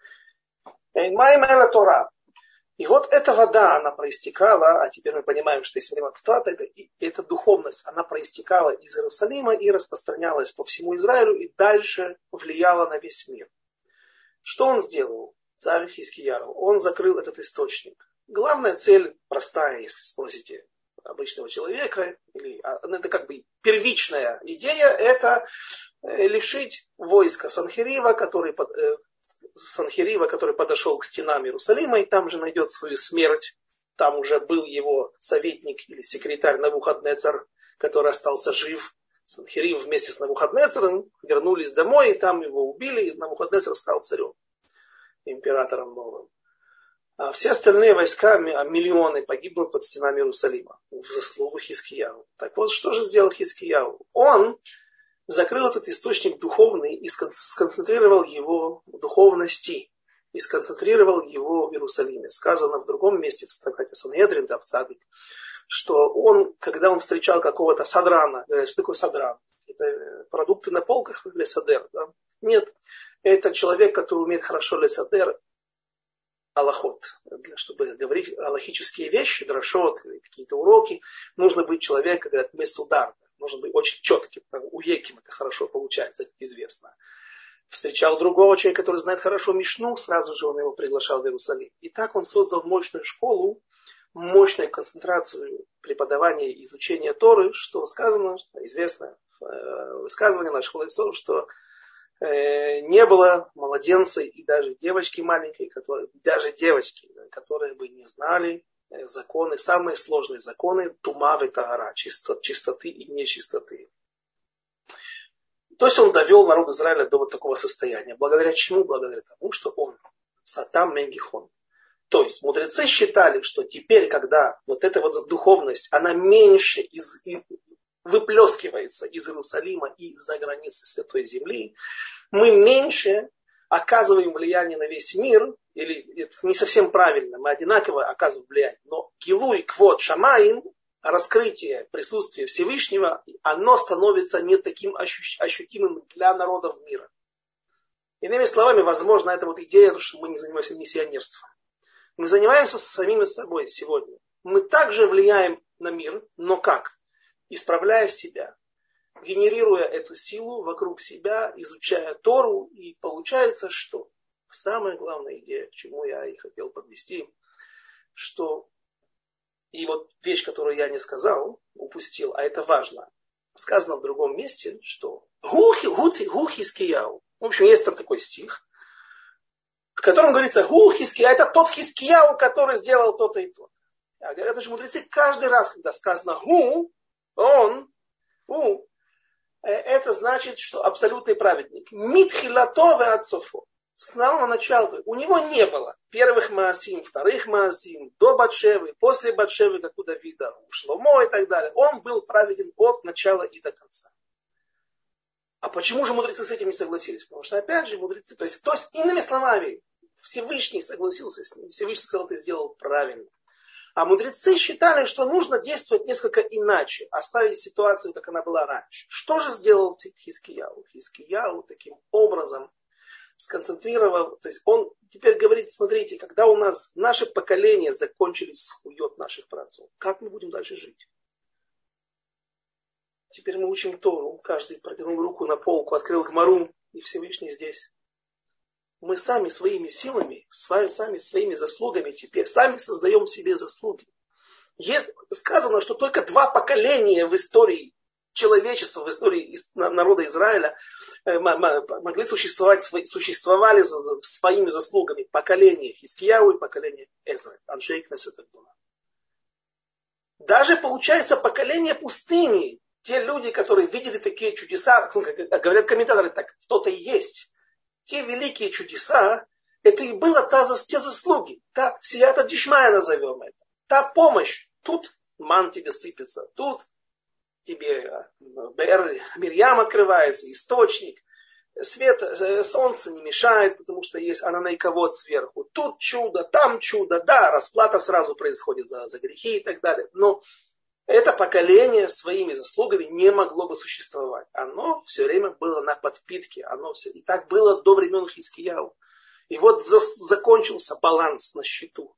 Майма Тора. И вот эта вода, она проистекала, а теперь мы понимаем, что если Майма Тора, это, это духовность, она проистекала из Иерусалима и распространялась по всему Израилю и дальше влияла на весь мир. Что он сделал, царь Хискияу? Он закрыл этот источник. Главная цель простая, если спросите обычного человека, или, это как бы первичная идея, это лишить войска Санхерива, который, Санхерива, который подошел к стенам Иерусалима, и там же найдет свою смерть. Там уже был его советник или секретарь Навуходнецар, который остался жив. Санхерив вместе с Навуходнецаром вернулись домой, и там его убили, и Навуходнецар стал царем, императором новым. А все остальные войска, миллионы, погибнут под стенами Иерусалима в заслугу Хискияу. Так вот, что же сделал Хискияу? Он закрыл этот источник духовный и сконцентрировал его в духовности, и сконцентрировал его в Иерусалиме. Сказано в другом месте, в трактате Санхедрин, да, в Цадик, что он, когда он встречал какого-то садрана, говорят, что такое садран? Это продукты на полках лесадер, да? Нет, это человек, который умеет хорошо лесадер, алахот. Чтобы говорить алахические вещи, драшот, какие-то уроки, нужно быть человеком, говорят, месудар, нужно быть очень четким, уеким, это хорошо получается, это известно. Встречал другого человека, который знает хорошо Мишну, сразу же он его приглашал в Иерусалим. И так он создал мощную школу, мощную концентрацию преподавания и изучения Торы, что сказано, что известно в высказывании наших мудрецов, что э, не было младенца и даже девочки маленькой, которые, даже девочки, которые бы не знали законы, самые сложные законы тума и тагара, чистоты и нечистоты. То есть он довел народ Израиля до вот такого состояния. Благодаря чему? Благодаря тому, что он сатам мегихон. То есть мудрецы считали, что теперь, когда вот эта вот духовность, она меньше из, и выплескивается из Иерусалима и из-за границы Святой Земли, мы меньше оказываем влияние на весь мир, или это не совсем правильно, мы одинаково оказываем влияние, но гилуй квот шамаим, раскрытие присутствия Всевышнего, оно становится не таким ощутимым для народов мира. Иными словами, возможно, это вот идея, что мы не занимаемся миссионерством. Мы занимаемся самими собой сегодня. Мы также влияем на мир, но как? Исправляя себя, генерируя эту силу вокруг себя, изучая Тору, и получается, что самая главная идея, к чему я и хотел подвести, что и вот вещь, которую я не сказал, упустил, а это важно. Сказано в другом месте, что гухи, гути, гухи скияу. В общем, есть там такой стих, в котором говорится гу Хискияу, это тот Хискияу, который сделал то-то и то. А говорят же мудрецы, каждый раз, когда сказано гу, он, гу, это значит, что абсолютный праведник. Митхилатове отцофо. С самого начала. У него не было первых маасим, вторых маасим, до Батшевы, после Батшевы, как у Давида, у Шломо и так далее. Он был праведен от начала и до конца. А почему же мудрецы с этим не согласились? Потому что, опять же, мудрецы, то есть, то есть иными словами, Всевышний согласился с ним. Всевышний сказал, ты сделал правильно. А мудрецы считали, что нужно действовать несколько иначе, оставить ситуацию, как она была раньше. Что же сделал Хискияу? Хискияу таким образом сконцентрировал, то есть он теперь говорит, смотрите, когда у нас наше поколение закончились с хует наших праотцов, как мы будем дальше жить? Теперь мы учим Тору, каждый протянул руку на полку, открыл Гмару, и Всевышний здесь. Мы сами своими силами, сами своими заслугами теперь, сами создаем себе заслуги. Есть, сказано, что только два поколения в истории человечества, в истории народа Израиля могли существовать, существовали своими заслугами. Поколение Хискияу и поколение Эзры, Аншей Кнесет Агдула. Даже получается поколение пустыни. Те люди, которые видели такие чудеса, говорят комментаторы, так кто-то и есть. Те великие чудеса, это и было та, те заслуги. Та сията дишмая назовем это. Та помощь. Тут ман тебе сыпется. Тут тебе Беэр Мирьям открывается, источник. Свет, солнце не мешает, потому что есть ананайковод сверху. Тут чудо, там чудо, да, расплата сразу происходит за, за грехи и так далее. Но это поколение своими заслугами не могло бы существовать. Оно все время было на подпитке. Оно все... И так было до времен Хискияу. И вот за... закончился баланс на счету.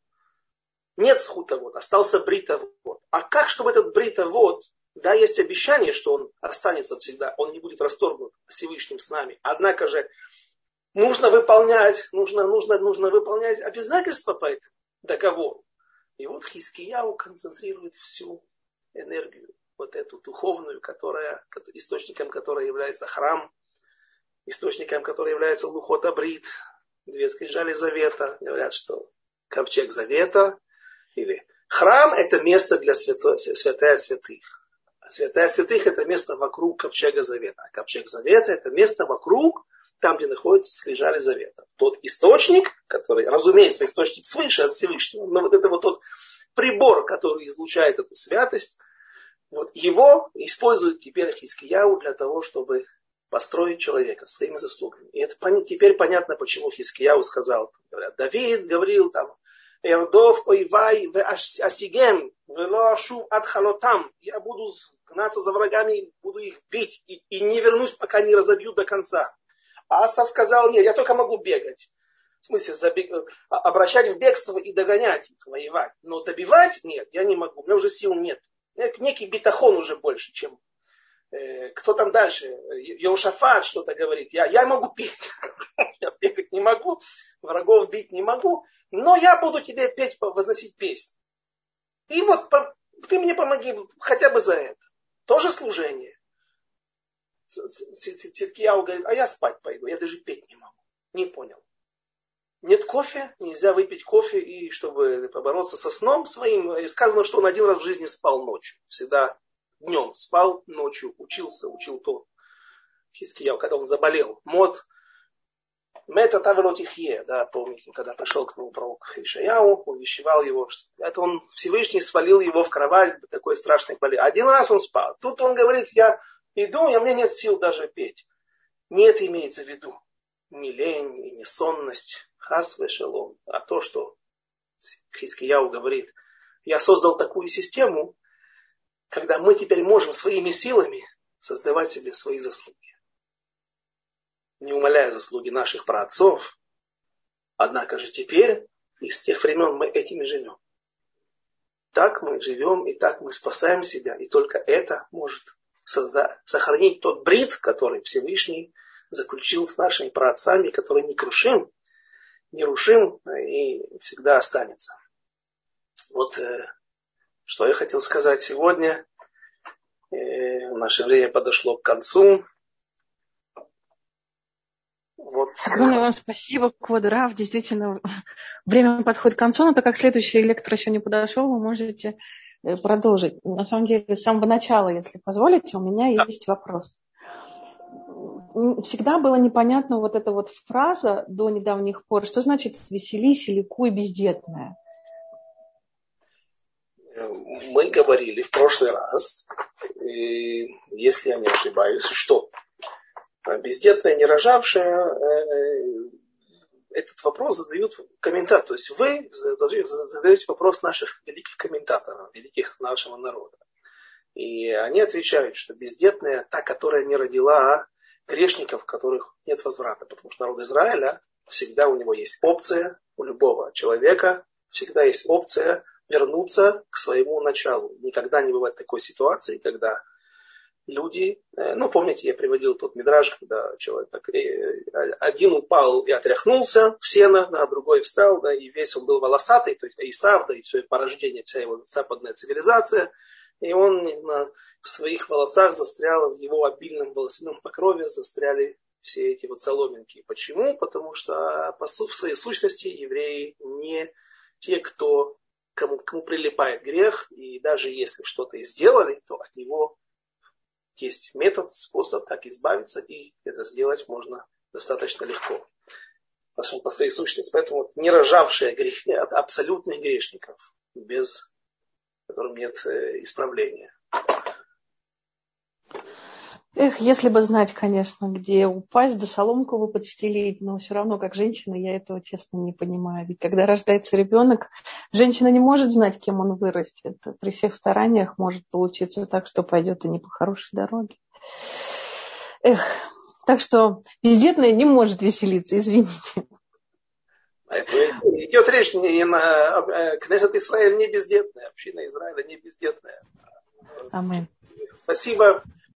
Нет схутовод, остался бритовод. А как, чтобы этот бритовод, да, есть обещание, что он останется всегда, он не будет расторгнут Всевышним с нами. Однако же нужно выполнять, нужно, нужно, нужно выполнять обязательства по этому договору. И вот Хискияу концентрирует всю энергию, вот эту духовную, которая, источником которой является храм, источником которой является Лухот Абрит, две скрижали завета. Говорят, что ковчег завета, или храм это место для свято, святая святых. А святая святых это место вокруг ковчега завета. А ковчег завета это место вокруг, там, где находится скрижали завета. Тот источник, который, разумеется, источник свыше от Всевышнего, но вот это вот тот прибор, который излучает эту святость, вот его используют теперь Хискияу для того, чтобы построить человека своими заслугами. И это теперь понятно, почему Хискияу сказал. Говорят, Давид говорил там, Эрдов ойвай в асигем, вело ашу ад халотам. Я буду гнаться за врагами, буду их бить и, и не вернусь, пока не разобью до конца. А Аса сказал, нет, я только могу бегать. В смысле, забег... обращать в бегство и догонять их, воевать. Но добивать нет, я не могу, у меня уже сил нет. Некий битахон уже больше, чем... Э, кто там дальше? Йошафат что-то говорит. Я, я могу петь. Я бегать не могу, врагов бить не могу. Но я буду тебе петь, возносить песнь. И вот ты мне помоги хотя бы за это. Тоже служение. Циткияу говорит, а я спать пойду. Я даже петь не могу. Не понял. Нет кофе, нельзя выпить кофе, и чтобы побороться со сном своим. И сказано, что он один раз в жизни спал ночью. Всегда днем спал, ночью учился, учил то. Хискияу, когда он заболел. Мод. Мета тавелотихе, да, помните, когда пришел к нему пророк Ишаяу, увещевал его, что это он Всевышний свалил его в кровать такой страшной болезни. Один раз он спал. Тут он говорит, я иду, и у меня нет сил даже петь. Не это имеется в виду. Не лень и не сонность. Хас вешалом. А то, что Хискияу говорит, я создал такую систему, когда мы теперь можем своими силами создавать себе свои заслуги. Не умаляя заслуги наших праотцов, однако же теперь из тех времен мы этими живем. Так мы живем, и так мы спасаем себя, и только это может создать, сохранить тот брит, который Всевышний заключил с нашими праотцами, который некрушим, нерушим и всегда останется. Вот э, что я хотел сказать сегодня. Э, наше время подошло к концу. Вот. Огромное вам спасибо, Квод Рав. Действительно, время подходит к концу, но так как следующий лектор еще не подошел, вы можете продолжить. На самом деле, с самого начала, если позволите, у меня есть вопрос. Всегда было непонятно вот эта вот фраза до недавних пор, что значит «веселись, ликуй, бездетная». Мы говорили в прошлый раз, если я не ошибаюсь, что бездетная, не рожавшая, этот вопрос задают комментаторы. То есть вы задаете вопрос наших великих комментаторов, великих нашего народа. И они отвечают, что бездетная та, которая не родила грешников, в которых нет возврата. Потому что народ Израиля, всегда у него есть опция, у любого человека всегда есть опция вернуться к своему началу. Никогда не бывает такой ситуации, когда люди, ну помните, я приводил тот мидраж, когда человек так, один упал и отряхнулся в сено, да, другой встал, да, и весь он был волосатый, то есть Исав, да, и все порождение, вся его западная цивилизация, и он на, в своих волосах застрял, в его обильном волосяном покрове застряли все эти вот соломинки. Почему? Потому что по в своей сущности евреи не те, кто, кому, кому прилипает грех, и даже если что-то и сделали, то от него есть метод, способ, как избавиться, и это сделать можно достаточно легко. По своей сущности. Поэтому не рожавшие грехи от абсолютных грешников, без которым нет исправления. Эх, если бы знать, конечно, где упасть, да соломку бы подстелить, но все равно, как женщина, я этого, честно, не понимаю. Ведь когда рождается ребенок, женщина не может знать, кем он вырастет. При всех стараниях может получиться так, что пойдет и не по хорошей дороге. Эх, так что бездетная не может веселиться, извините. Идет речь не на Кнессет Исраэль не бездетная, община Израиля не бездетная. Аминь. Спасибо.